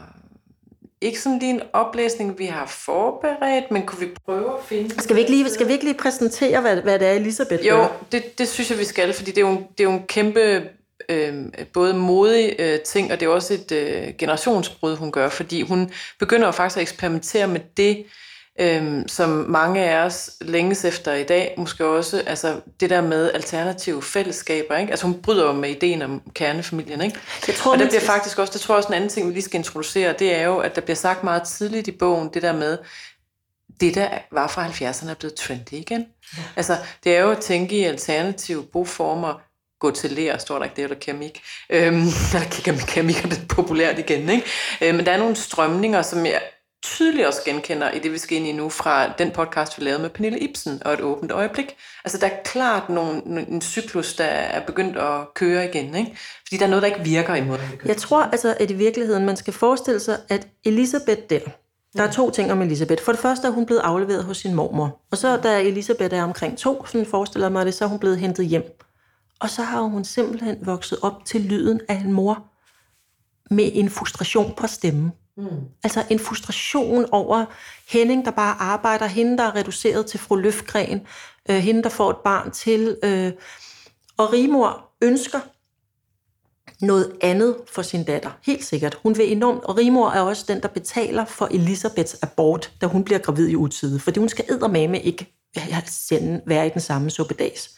ikke sådan lige en oplæsning, vi har forberedt, men kunne vi prøve at finde... Skal vi ikke lige, skal vi ikke lige præsentere, hvad, hvad det er, Elisabeth Jo, gør? det, det synes jeg, vi skal, fordi det er jo, det er jo en kæmpe øh, både modig øh, ting, og det er også et øh, generationsbrud, hun gør, fordi hun begynder jo faktisk at eksperimentere med det, Øhm, som mange af os længes efter i dag, måske også, altså det der med alternative fællesskaber, ikke? Altså hun bryder jo med ideen om kernefamilien, ikke? Jeg tror, og der bliver faktisk også, det tror jeg også en anden ting, vi lige skal introducere, det er jo, at der bliver sagt meget tidligt i bogen, det der med, det der var fra halvfjerdserne er blevet trendy igen. Ja. Altså det er jo at tænke i alternative boformer, gå til lærer, står der ikke det, eller keramik. Øhm, eller keramik er det populært igen, ikke? Øhm, men der er nogle strømninger, som jeg tydeligt også genkender i det, vi skal ind i nu fra den podcast, vi lavede med Pernille Ibsen og Et åbent øjeblik. Altså, der er klart nogle, en cyklus, der er begyndt at køre igen, ikke? Fordi der er noget, der ikke virker i måden. Jeg tror altså, at i virkeligheden, man skal forestille sig, at Elisabeth der, der er to ting om Elisabeth. For det første er hun blevet afleveret hos sin mormor. Og så da Elisabeth er omkring to, sådan forestiller mig det, så er hun blevet hentet hjem. Og så har hun simpelthen vokset op til lyden af en mor med en frustration på stemmen. Mm. Altså en frustration over Henning, der bare arbejder, hende, der er reduceret til fru Løfgren, øh, hende, der får et barn til. Øh, og Rigmor ønsker noget andet for sin datter. Helt sikkert. Hun vil enormt, og Rigmor er også den, der betaler for Elisabeths abort, da hun bliver gravid i utide, fordi hun skal eddermame ikke sende, være i den samme suppedags.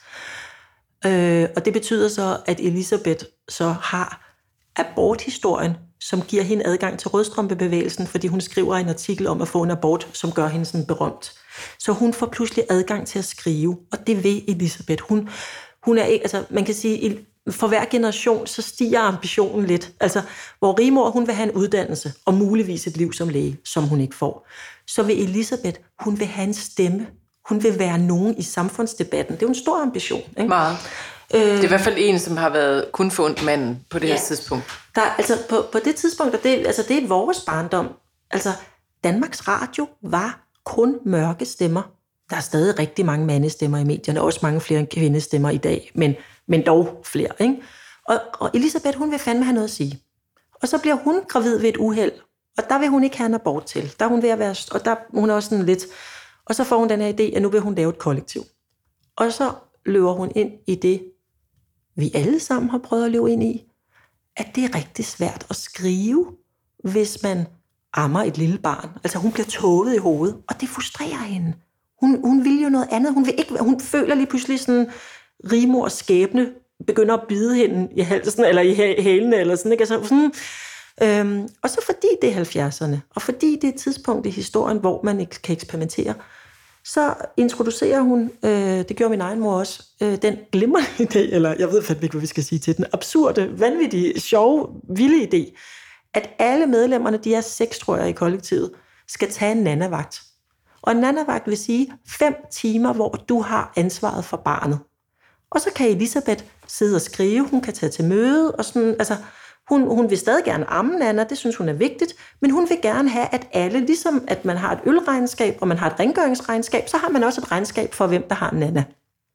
Øh, og det betyder så, at Elisabeth så har aborthistorien, som giver hende adgang til rødstrømpebevægelsen, fordi hun skriver en artikel om at få en abort, som gør hende sådan berømt. Så hun får pludselig adgang til at skrive, og det vil Elisabeth. Hun, hun er ikke, altså man kan sige, for hver generation, så stiger ambitionen lidt. Altså, hvor Rigmor, hun vil have en uddannelse, og muligvis et liv som læge, som hun ikke får. Så vil Elisabeth, hun vil have en stemme. Hun vil være nogen i samfundsdebatten. Det er jo en stor ambition. Ikke? Meget. Øh, det er i hvert fald en, som har været kun forundt manden på det ja. her tidspunkt. Der, altså, på, på det tidspunkt, og det, altså, det er vores barndom. Altså, Danmarks Radio var kun mørke stemmer. Der er stadig rigtig mange mandestemmer i medierne, også mange flere kvindestemmer i dag, men, men dog flere. Ikke? Og, og Elisabeth, hun vil fandme have noget at sige. Og så bliver hun gravid ved et uheld, og der vil hun ikke have en abort til. Der er hun ved at være, og der hun er også sådan lidt... Og så får hun den her idé, at nu vil hun lave et kollektiv. Og så løber hun ind i det, vi alle sammen har prøvet at løbe ind i, at det er rigtig svært at skrive, hvis man ammer et lille barn. Altså hun bliver tåget i hovedet, og det frustrerer hende. Hun, hun vil jo noget andet. Hun, vil ikke, hun føler lige pludselig sådan, Rigmors skæbne begynder at bide hende i halsen, eller i hælene, eller sådan, ikke? Altså, sådan, øhm, og så fordi det er halvfjerdserne, og fordi det er et tidspunkt i historien, hvor man ikke kan eksperimentere, så introducerer hun, øh, det gjorde min egen mor også, øh, den glimrende idé, eller jeg ved faktisk ikke, hvad vi skal sige til den, absurde, vanvittige, sjove, vilde idé, at alle medlemmerne, de er seks, tror jeg, i kollektivet, skal tage en nannavagt. Og en nannavagt vil sige fem timer, hvor du har ansvaret for barnet. Og så kan Elisabeth sidde og skrive, hun kan tage til møde, og sådan, altså, hun, hun vil stadig gerne amme Nanna, det synes hun er vigtigt, men hun vil gerne have, at alle, ligesom at man har et ølregnskab, og man har et rengøringsregnskab, så har man også et regnskab for, hvem der har Nanna.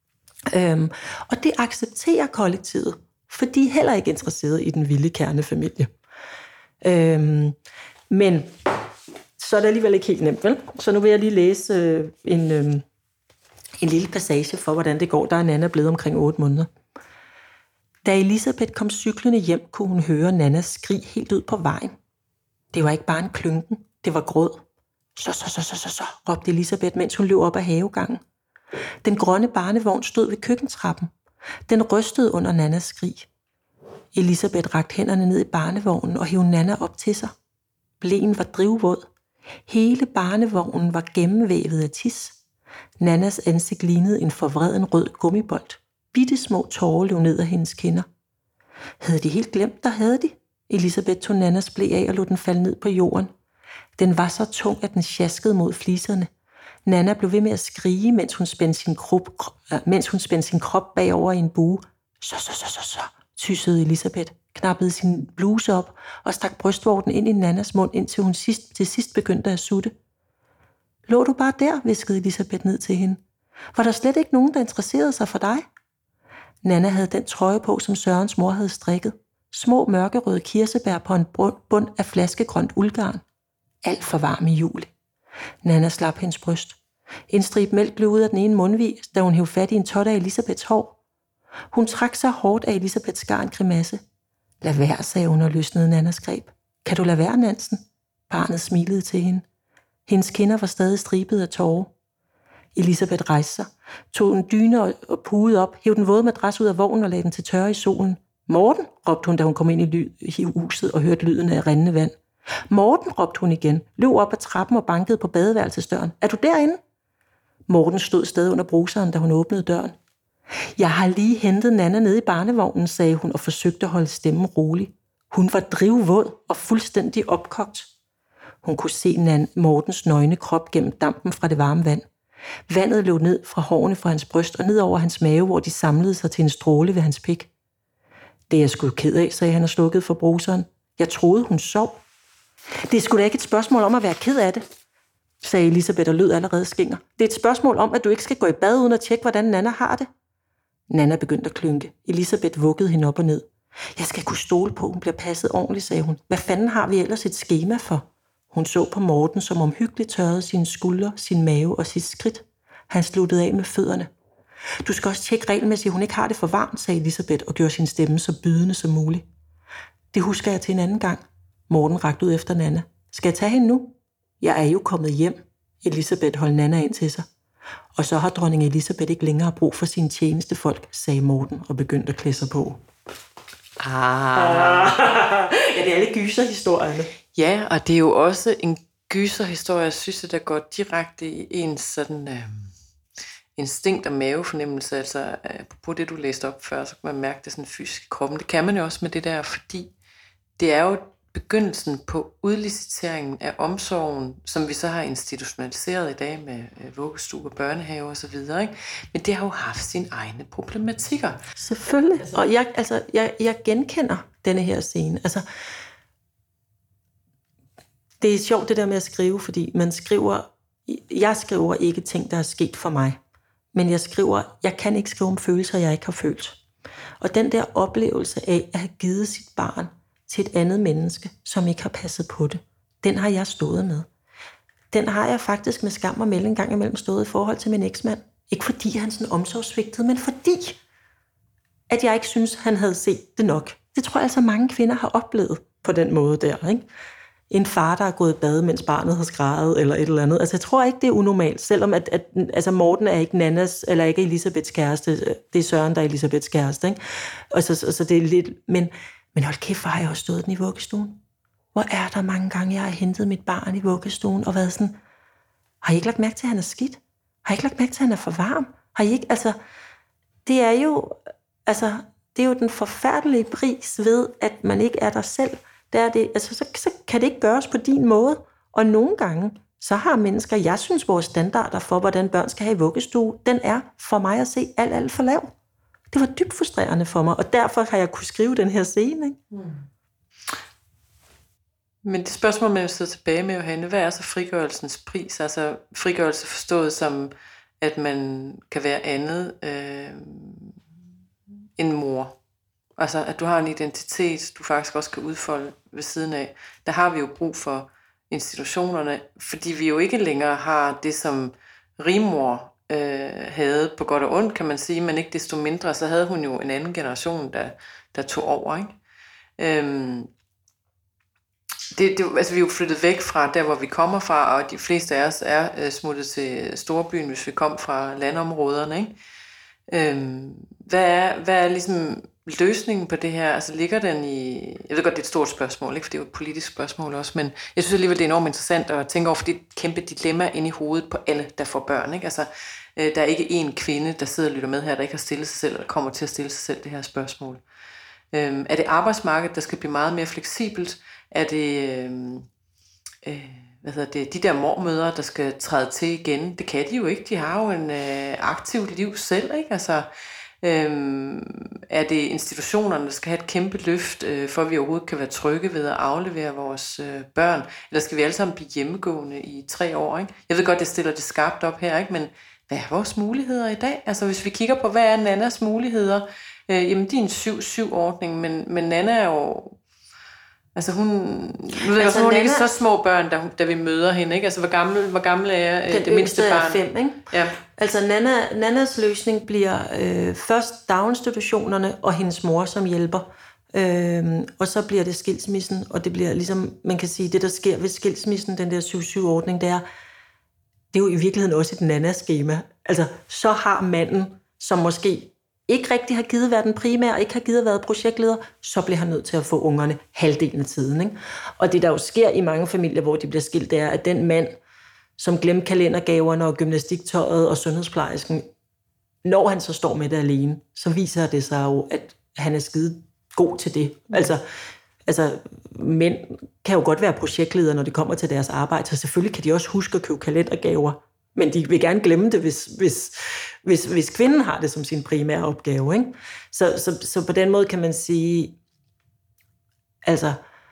Øhm, og det accepterer kollektivet, for de er heller ikke interesseret i den vilde kernefamilie. Øhm, men så er det alligevel ikke helt nemt, vel? Så nu vil jeg lige læse øh, en, øh, en lille passage for, hvordan det går. Der er Nanna blevet omkring otte måneder. Da Elisabeth kom cyklende hjem, kunne hun høre Nannas skrig helt ud på vejen. Det var ikke bare en klynken, det var gråd. Så, så, så, så, så, så, råbte Elisabeth, mens hun løb op ad havegangen. Den grønne barnevogn stod ved køkkentrappen. Den rystede under Nannas skrig. Elisabeth rakte hænderne ned i barnevognen og hævde Nanna op til sig. Bleen var drivvåd. Hele barnevognen var gennemvævet af tis. Nannas ansigt lignede en forvreden rød gummibold. Bitte små tårer løb ned af hendes kinder. Havde de helt glemt, der havde de? Elisabeth tog Nannas ble af og lod den falde ned på jorden. Den var så tung, at den sjaskede mod fliserne. Nanna blev ved med at skrige, mens hun spændte sin krop, mens hun spændte sin krop bagover i en bue. Så, så, så, så, så, tyssede Elisabeth, knappede sin bluse op og stak brystvorten ind i Nannas mund, indtil hun sidst, til sidst begyndte at sutte. Lå du bare der, hviskede Elisabeth ned til hende. Var der slet ikke nogen, der interesserede sig for dig? Nanna havde den trøje på, som Sørens mor havde strikket. Små mørkerøde kirsebær på en bund af flaskegrønt uldgarn. Alt for varm i juli. Nanna slap hendes bryst. En strib mælk blev ud af den ene mundvig, da hun hævde fat i en tot af Elisabeths hår. Hun trak sig hårdt af Elisabeths garn grimasse. Lad være, sagde hun og løsnede Nannas greb. Kan du lade være, Nansen? Barnet smilede til hende. Hendes kinder var stadig stribet af tårer. Elisabeth rejste sig, tog en dyne og pude op, hævde den våde madras ud af vognen og lagde den til tørre i solen. Morten, råbte hun, da hun kom ind i, ly- i huset og hørte lyden af rindende vand. Morten, råbte hun igen, løb op ad trappen og bankede på badeværelsesdøren. Er du derinde? Morten stod stadig under bruseren, da hun åbnede døren. Jeg har lige hentet Nanna nede i barnevognen, sagde hun og forsøgte at holde stemmen rolig. Hun var drivvåd og fuldstændig opkogt. Hun kunne se Nan Mortens nøgne krop gennem dampen fra det varme vand. Vandet løb ned fra hårene fra hans bryst og ned over hans mave, hvor de samlede sig til en stråle ved hans pik. Det er jeg sgu ked af, sagde han og slukkede for bruseren. Jeg troede, hun sov. Det er sgu da ikke et spørgsmål om at være ked af det, sagde Elisabeth og lød allerede skinger. Det er et spørgsmål om, at du ikke skal gå i bad uden at tjekke, hvordan Nanna har det. Nanna begyndte at klynke. Elisabeth vuggede hende op og ned. Jeg skal kunne stole på, hun bliver passet ordentligt, sagde hun. Hvad fanden har vi ellers et skema for? Hun så på Morten, som omhyggeligt tørrede sine skuldre, sin mave og sit skridt. Han sluttede af med fødderne. Du skal også tjekke regelmæssigt, at hun ikke har det for varmt, sagde Elisabeth og gjorde sin stemme så bydende som muligt. Det husker jeg til en anden gang. Morten rakte ud efter Nana. Skal jeg tage hende nu? Jeg er jo kommet hjem. Elisabeth holdt Nana ind til sig. Og så har dronning Elisabeth ikke længere brug for sine tjenestefolk, sagde Morten og begyndte at klæde sig på. Ah. Ja, det er alle gyserhistorierne. Ja, og det er jo også en gyserhistorie, jeg synes, der går direkte i ens sådan, øh, instinkt og mavefornemmelse. Altså, på det, du læste op før, så kan man mærke det sådan fysisk i kroppen. Det kan man jo også med det der, fordi det er jo begyndelsen på udliciteringen af omsorgen, som vi så har institutionaliseret i dag med øh, vuggestuer, børnehave og så videre. Ikke? Men det har jo haft sine egne problematikker. Selvfølgelig. Og jeg, altså, jeg, jeg genkender denne her scene. Altså, det er sjovt det der med at skrive, fordi man skriver, jeg skriver ikke ting, der er sket for mig. Men jeg skriver, jeg kan ikke skrive om følelser, jeg ikke har følt. Og den der oplevelse af at have givet sit barn til et andet menneske, som ikke har passet på det, den har jeg stået med. Den har jeg faktisk med skam og melde en gang imellem stået i forhold til min eksmand. Ikke fordi han sådan omsorgsvigtede, men fordi, at jeg ikke synes, han havde set det nok. Det tror jeg altså mange kvinder har oplevet på den måde der, ikke? En far, der er gået i bad, mens barnet har skrædet, eller et eller andet. Altså, jeg tror ikke, det er unormalt, selvom at, at altså Morten er ikke Nannas, eller ikke Elisabeths kæreste. Det er Søren, der er Elisabeths kæreste, ikke? Og så, så, så det er lidt... Men, men hold kæft, hvor har jeg også stået den i vuggestuen. Hvor er der mange gange, jeg har hentet mit barn i vuggestuen, og været sådan, har I ikke lagt mærke til, at han er skidt? Har I ikke lagt mærke til, at han er for varm? Har I ikke, altså... Det er jo... Altså, det er jo den forfærdelige pris ved, at man ikke er der selv. Der er det, altså, så, så kan det ikke gøres på din måde. Og nogle gange, så har mennesker, jeg synes, vores standarder for, hvordan børn skal have i vuggestue, den er for mig at se alt, alt for lav. Det var dybt frustrerende for mig, og derfor har jeg kunne skrive den her scene. Ikke? Mm. Men det spørgsmål, man jo sidder tilbage med, Johanne, hvad er så frigørelsens pris? Altså frigørelse forstået som, at man kan være andet øh, end mor. Altså, at du har en identitet, du faktisk også kan udfolde ved siden af. Der har vi jo brug for institutionerne, fordi vi jo ikke længere har det, som rimor øh, havde på godt og ondt, kan man sige, men ikke desto mindre, så havde hun jo en anden generation, der, der tog over, ikke? Øhm, det, det, altså, vi er jo flyttet væk fra der, hvor vi kommer fra, og de fleste af os er øh, smuttet til storbyen, hvis vi kom fra landområderne, ikke? Øhm, hvad er, hvad er ligesom løsningen på det her? Altså ligger den i... Jeg ved godt, det er et stort spørgsmål, ikke? For det er jo et politisk spørgsmål også, men jeg synes alligevel, det er enormt interessant at tænke over, for det er et kæmpe dilemma inde i hovedet på alle, der får børn, ikke? Altså, øh, der er ikke én kvinde, der sidder og lytter med her, der ikke har stillet sig selv, eller kommer til at stille sig selv det her spørgsmål. Øhm, er det arbejdsmarkedet, der skal blive meget mere fleksibelt? Er det... Øh, øh, hvad hedder det, de der mormødre, der skal træde til igen? Det kan de jo ikke. De har jo en øh, aktivt liv selv, ikke? Altså... Øhm, er det institutionerne, der skal have et kæmpe løft, øh, for at vi overhovedet kan være trygge ved at aflevere vores øh, børn? Eller skal vi alle sammen blive hjemmegående i tre år? Ikke? Jeg ved godt, jeg stiller det skarpt op her, ikke? Men hvad er vores muligheder i dag? Altså hvis vi kigger på, hvad er Nannas muligheder? Øh, jamen, de er en syv syv ordning, men, men Nanna er jo... Altså hun... Nu ved altså, jeg, hun er ikke så små børn, da, da vi møder hende, ikke? Altså hvor gammel, hvor gammel er øh, det mindste barn? Den fem, ikke? Ja. Altså Nana, Nannas løsning bliver øh, først daginstitutionerne og hendes mor som hjælper. Øh, og så bliver det skilsmissen, og det bliver ligesom, man kan sige, det der sker ved skilsmissen, den der syv syv ordning, det er, det er jo i virkeligheden også et Nana-skema. Altså så har manden, som måske ikke rigtig har givet at være den primære, ikke har givet at være projektleder, så bliver han nødt til at få ungerne halvdelen af tiden. Ikke? Og det, der jo sker i mange familier, hvor de bliver skilt, det er, at den mand, som glemte kalendergaverne og gymnastiktøjet og sundhedsplejersken, når han så står med det alene, så viser det sig jo, at han er skide god til det. Altså, altså mænd kan jo godt være projektledere, når det kommer til deres arbejde, så selvfølgelig kan de også huske at købe kalendergaver, men de vil gerne glemme det, hvis, hvis, hvis, hvis kvinden har det som sin primære opgave. Ikke? Så, så, så på den måde kan man sige, altså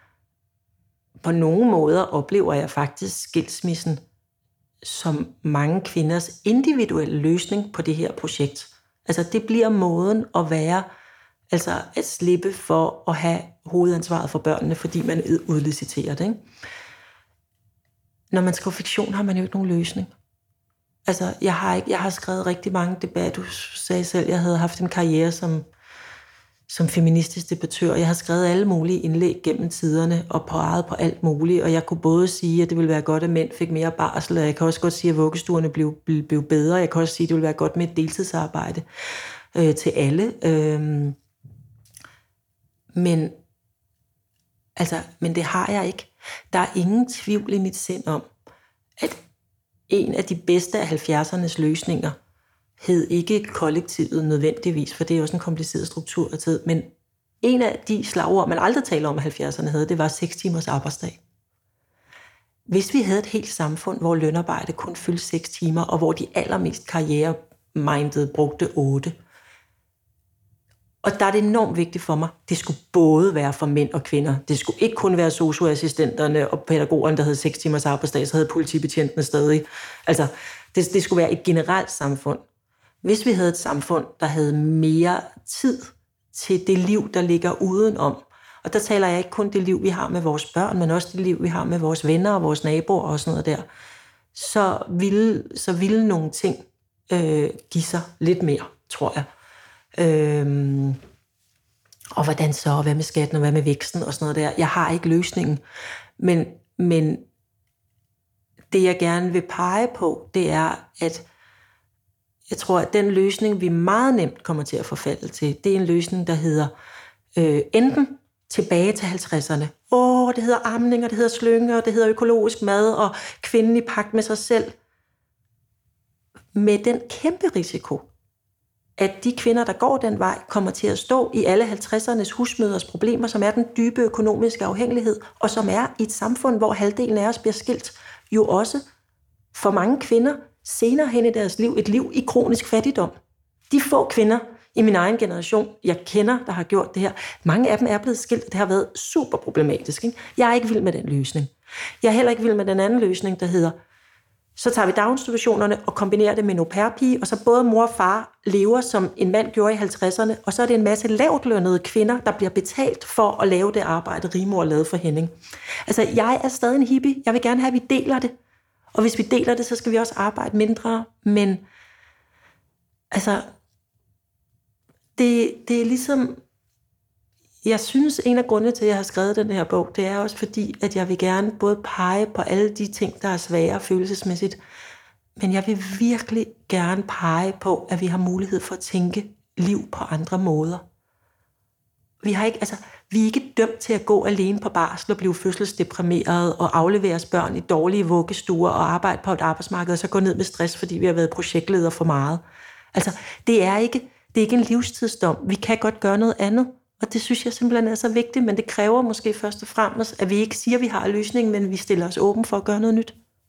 på nogle måder oplever jeg faktisk skilsmissen som mange kvinders individuelle løsning på det her projekt. Altså det bliver måden at være, altså at slippe for at have hovedansvaret for børnene, fordi man udliciterer det. Ikke? Når man skriver fiktion, har man jo ikke nogen løsning. Altså, jeg har, ikke, jeg har skrevet rigtig mange debatter. Du sagde selv, jeg havde haft en karriere som, som feministisk debattør. Jeg har skrevet alle mulige indlæg gennem tiderne og peget på alt muligt, og jeg kunne både sige, at det ville være godt, at mænd fik mere barsel, og jeg kan også godt sige, at vuggestuerne blev, blev, blev bedre. Jeg kan også sige, at det ville være godt med et deltidsarbejde øh, til alle. Øh, men, altså, men det har jeg ikke. Der er ingen tvivl i mit sind om, at en af de bedste af halvfjerdsernes løsninger hed ikke kollektivet nødvendigvis, for det er også en kompliceret struktur af tid, men en af de slagord, man aldrig taler om, at halvfjerdserne havde, det var seks timers arbejdsdag. Hvis vi havde et helt samfund, hvor lønarbejde kun fyldte seks timer, og hvor de allermest karrieremindede brugte otte, og der er det enormt vigtigt for mig, det skulle både være for mænd og kvinder. Det skulle ikke kun være socioassistenterne og pædagogerne, der havde seks timers arbejdsdag, så havde politibetjentene stadig. Altså, det, det skulle være et generelt samfund. Hvis vi havde et samfund, der havde mere tid til det liv, der ligger udenom, og der taler jeg ikke kun det liv, vi har med vores børn, men også det liv, vi har med vores venner og vores naboer og sådan noget der, så ville, så ville nogle ting øh, give sig lidt mere, tror jeg. Øhm, og hvordan så, og hvad med skatten, og hvad med væksten og sådan noget der. Jeg har ikke løsningen, men, men det jeg gerne vil pege på, det er, at jeg tror, at den løsning, vi meget nemt kommer til at forfalde til, det er en løsning, der hedder øh, enten tilbage til halvtredserne. Åh, det hedder amning, og det hedder slynge, og det hedder økologisk mad, og kvinden i pagt med sig selv. Med den kæmpe risiko, at de kvinder, der går den vej, kommer til at stå i alle halvtredsernes husmøders problemer, som er den dybe økonomiske afhængighed, og som er i et samfund, hvor halvdelen af os bliver skilt, jo også for mange kvinder senere hen i deres liv, et liv i kronisk fattigdom. De få kvinder i min egen generation, jeg kender, der har gjort det her, mange af dem er blevet skilt, og det har været super problematisk. Ikke? Jeg er ikke vild med den løsning. Jeg er heller ikke vild med den anden løsning, der hedder, så tager vi daginstitutionerne og kombinerer det med en au pair-pige, og så både mor og far lever, som en mand gjorde i halvtredserne, og så er det en masse lavtlønnede kvinder, der bliver betalt for at lave det arbejde, Rigmor lavede for Henning. Altså, jeg er stadig en hippie. Jeg vil gerne have, at vi deler det. Og hvis vi deler det, så skal vi også arbejde mindre. Men altså, det, det er ligesom, jeg synes, en af grundene til, at jeg har skrevet den her bog, det er også fordi, at jeg vil gerne både pege på alle de ting, der er svære følelsesmæssigt, men jeg vil virkelig gerne pege på, at vi har mulighed for at tænke liv på andre måder. Vi har ikke, altså, vi er ikke dømt til at gå alene på barsel og blive fødselsdeprimeret og afleveres børn i dårlige vuggestuer og arbejde på et arbejdsmarked og så gå ned med stress, fordi vi har været projektleder for meget. Altså, det er ikke, det er ikke en livstidsdom. Vi kan godt gøre noget andet, og det synes jeg simpelthen er så vigtigt, men det kræver måske først og fremmest, at vi ikke siger, at vi har løsningen, men vi stiller os åben for at gøre noget nyt.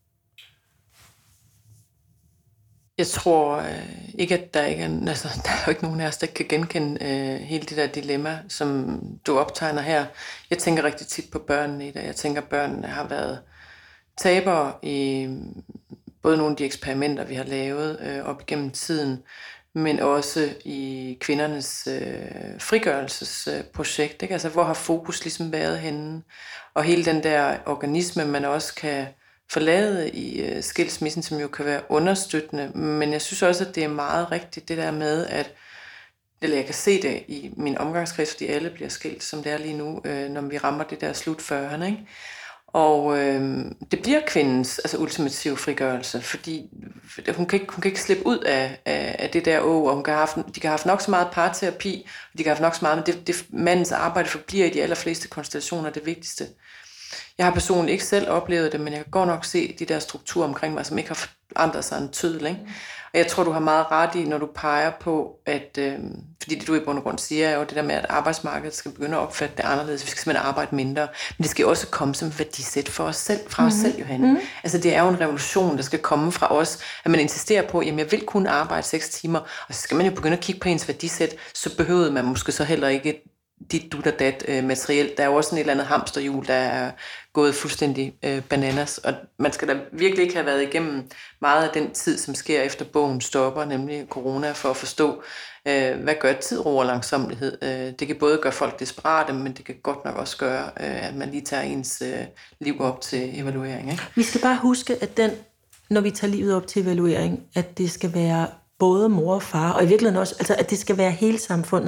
Jeg tror øh, ikke, at der ikke er, altså, der er jo ikke nogen af os, der kan genkende øh, hele det der dilemma, som du optegner her. Jeg tænker rigtig tit på børnene i det. Jeg tænker, at børnene har været tabere i både nogle af de eksperimenter, vi har lavet øh, op igennem tiden, men også i kvindernes øh, frigørelsesprojekt. Ikke? Altså, hvor har fokus ligesom været henne? Og hele den der organisme, man også kan forlade i øh, skilsmissen, som jo kan være understøttende. Men jeg synes også, at det er meget rigtigt, det der med, at eller jeg kan se det i min omgangskreds, fordi alle bliver skilt, som det er lige nu, øh, når vi rammer det der slut fyrrerne, ikke? Og øh, det bliver kvindens altså ultimative frigørelse, fordi hun kan ikke, hun kan ikke slippe ud af, af, af det der å, og hun kan have haft, de kan have haft nok så meget parterapi, og de kan have haft nok så meget, men det, det, mandens arbejde forbliver i de allerfleste konstellationer det vigtigste. Jeg har personligt ikke selv oplevet det, men jeg kan godt nok se de der strukturer omkring mig, som ikke har forandret sig en tydel, ikke? Og jeg tror, du har meget ret i, når du peger på, at, øh, fordi det du i bund og grund siger, er jo det der med, at arbejdsmarkedet skal begynde at opfatte det anderledes. Vi skal simpelthen arbejde mindre. Men det skal også komme som værdisæt for os selv, fra mm-hmm. os selv, Johanne. Mm-hmm. Altså det er jo en revolution, der skal komme fra os, at man insisterer på, jamen jeg vil kun arbejde seks timer, og så skal man jo begynde at kigge på ens værdisæt, så behøvede man måske så heller ikke dit dut og dat øh, materielt. Der er jo også sådan et eller andet hamsterhjul, der er gået fuldstændig øh, bananas, og man skal da virkelig ikke have været igennem meget af den tid, som sker efter bogen stopper, nemlig corona, for at forstå, øh, hvad gør tid, ro og langsommelighed. Øh, det kan både gøre folk desperate, men det kan godt nok også gøre, øh, at man lige tager ens øh, liv op til evaluering. Ikke? Vi skal bare huske, at den, når vi tager livet op til evaluering, at det skal være både mor og far, og i virkeligheden også, altså at det skal være hele samfundet.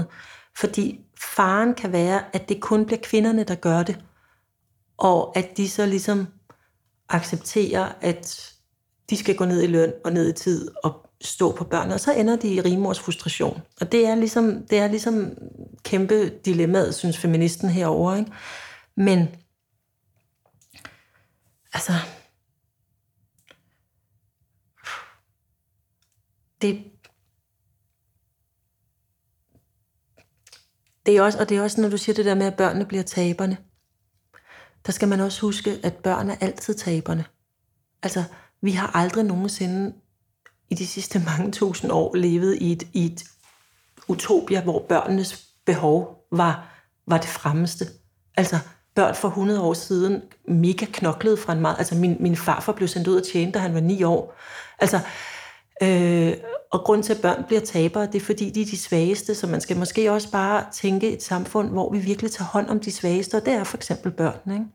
Fordi faren kan være, at det kun bliver kvinderne, der gør det. Og at de så ligesom accepterer, at de skal gå ned i løn og ned i tid og stå på børnene, og så ender de i rigmors frustration. Og det er ligesom, det er ligesom kæmpe dilemmaet, synes feministen herover, ikke? Men altså det det er også, og det er også, når du siger det der med, at børnene bliver taberne, der skal man også huske, at børn er altid taberne. Altså, vi har aldrig nogensinde i de sidste mange tusind år levet i et, i et utopia, hvor børnenes behov var, var det fremmeste. Altså, børn for hundrede år siden mega knoklede fra en meget... Altså, min, min farfar blev sendt ud og tjene, da han var ni år. Altså, øh, og grund til, at børn bliver tabere, det er, fordi de er de svageste, så man skal måske også bare tænke et samfund, hvor vi virkelig tager hånd om de svageste, og det er for eksempel børn, ikke?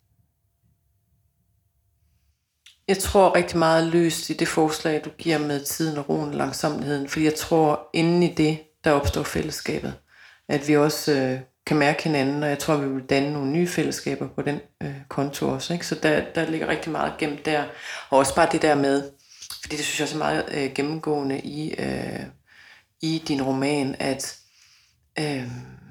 Jeg tror rigtig meget løst i det forslag, du giver med tiden og roen og langsomligheden, fordi jeg tror, inden i det, der opstår fællesskabet, at vi også øh, kan mærke hinanden, og jeg tror, vi vil danne nogle nye fællesskaber på den øh, konto også. Ikke? Så der, der ligger rigtig meget gemt der. Og også bare det der med, fordi det synes jeg også er meget øh, gennemgående i, øh, i din roman, at øh,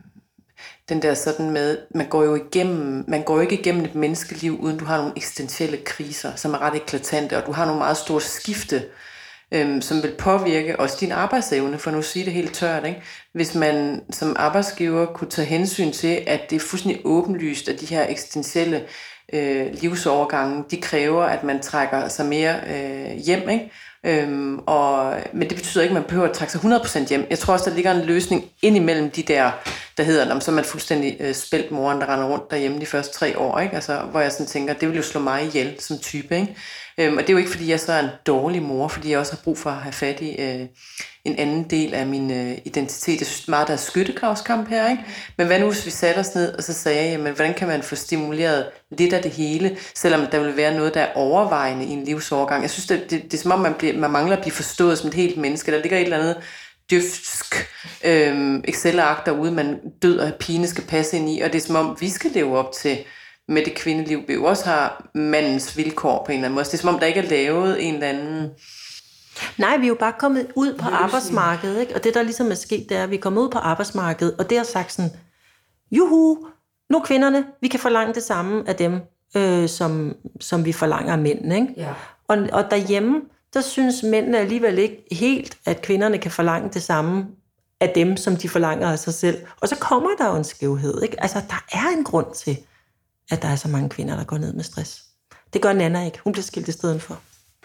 den der sådan med, man går jo igennem, man går jo ikke igennem et menneskeliv, uden du har nogle eksistentielle kriser, som er ret eklatante, og du har nogle meget store skifte, øhm, som vil påvirke også din arbejdsevne, for nu at sige det helt tørt, ikke? Hvis man som arbejdsgiver kunne tage hensyn til, at det er fuldstændig åbenlyst, at de her eksistentielle øh, livsovergange, de kræver, at man trækker sig mere øh, hjem, ikke? Øhm, og, men det betyder ikke, at man behøver at trække sig hundrede procent hjem. Jeg tror også, der ligger en løsning ind imellem de der, der hedder, så er man fuldstændig øh, spældt moren, der render rundt derhjemme de første tre år, ikke? Altså, hvor jeg sådan tænker, det vil jo slå mig ihjel som type, ikke? Øhm, og det er jo ikke, fordi jeg så er en dårlig mor, fordi jeg også har brug for at have fat i øh, en anden del af min øh, identitet. Jeg synes meget, der er skyttegravskamp her, ikke? Men hvad nu, hvis vi satte os ned og så sagde, jamen, hvordan kan man få stimuleret lidt af det hele, selvom der vil være noget, der er overvejende i en livsovergang. Jeg synes, det, det, det er som om, man, bliver, man mangler at blive forstået som et helt menneske. Der ligger et eller andet døfsk øh, Excel-ark derude, man død og pine skal passe ind i, og det er som om, vi skal leve op til med det kvindeliv, vi jo også har mandens vilkår på en eller anden måde. Det er som om, der ikke er lavet en eller anden... Nej, vi er jo bare kommet ud på arbejdsmarkedet, ikke? Og det, der ligesom er sket, det er, at vi er kommet ud på arbejdsmarkedet, og det har sagt sådan, juhu, nu kvinderne, vi kan forlange det samme af dem, øh, som, som vi forlanger af mændene, ikke? Ja. Og, og derhjemme, der synes mændene alligevel ikke helt, at kvinderne kan forlange det samme af dem, som de forlanger af sig selv. Og så kommer der jo en skævhed, ikke? Altså, der er en grund til, at der er så mange kvinder, der går ned med stress. Det gør Nana ikke. Hun bliver skilt i stedet for.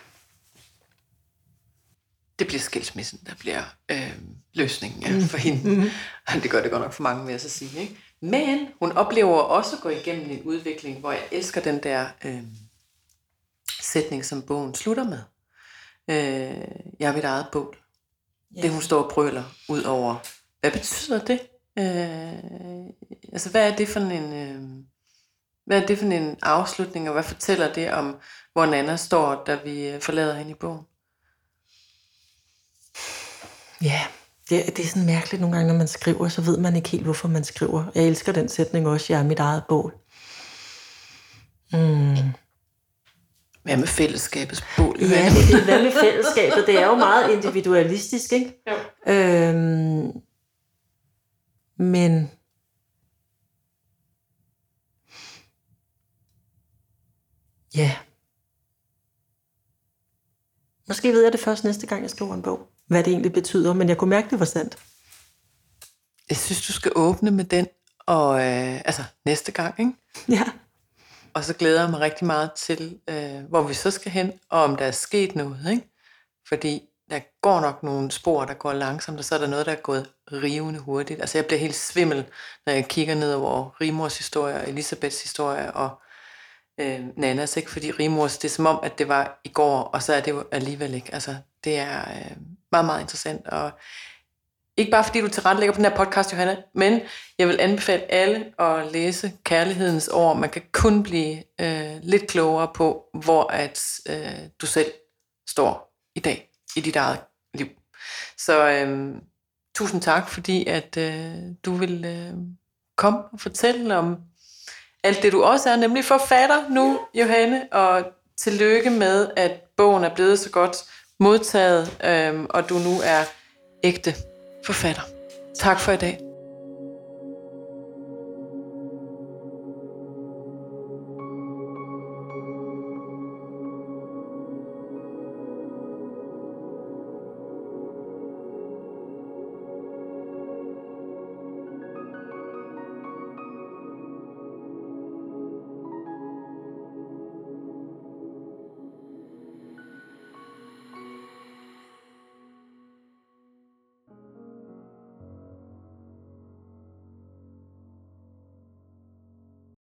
Det bliver skilsmissen, der bliver øh, løsningen ja, for hende. Mm-hmm. Det gør det godt nok for mange, vil jeg så sige. Ikke? Men hun oplever også at gå igennem en udvikling, hvor jeg elsker den der øh, sætning, som bogen slutter med. Øh, jeg er mit eget bål. Yeah. Det hun står og brøler ud over. Hvad betyder det? Øh, altså hvad er det for en... Øh, hvad er det for en afslutning, og hvad fortæller det om, hvor Nana står, da vi forlader hende i bogen? Ja, det, det er sådan mærkeligt nogle gange, når man skriver, så ved man ikke helt, hvorfor man skriver. Jeg elsker den sætning også, jeg er mit eget bål. Mm. Hvad med fællesskabets bål? Ja, det er hvad med fællesskabet? Det er jo meget individualistisk, ikke? Jo. Øhm, men... Ja. Måske ved jeg det først næste gang, jeg skriver en bog. Hvad det egentlig betyder, men jeg kunne mærke, det var sandt. Jeg synes, du skal åbne med den, og øh, altså næste gang, ikke? Ja. Og så glæder jeg mig rigtig meget til, øh, hvor vi så skal hen, og om der er sket noget, ikke? Fordi der går nok nogle spor, der går langsomt, og så er der noget, der er gået rivende hurtigt. Altså jeg bliver helt svimmel, når jeg kigger ned over Rigmors historie, og Elisabeths historie, og øh, Nanas, ikke? Fordi Rigmors, det er som om, at det var i går, og så er det jo alligevel ikke. Altså det er øh, meget, meget interessant, og ikke bare fordi du tilrettelægger på den her podcast, Johanna, men jeg vil anbefale alle at læse Kærlighedens år. Man kan kun blive øh, lidt klogere på, hvor at øh, du selv står i dag i dit eget liv. Så øh, tusind tak, fordi at øh, du vil øh, komme og fortælle om alt det, du også er, nemlig forfatter nu, Johanne, og tillykke med, at bogen er blevet så godt modtaget, øh, og du nu er ægte forfatter. Tak for i dag.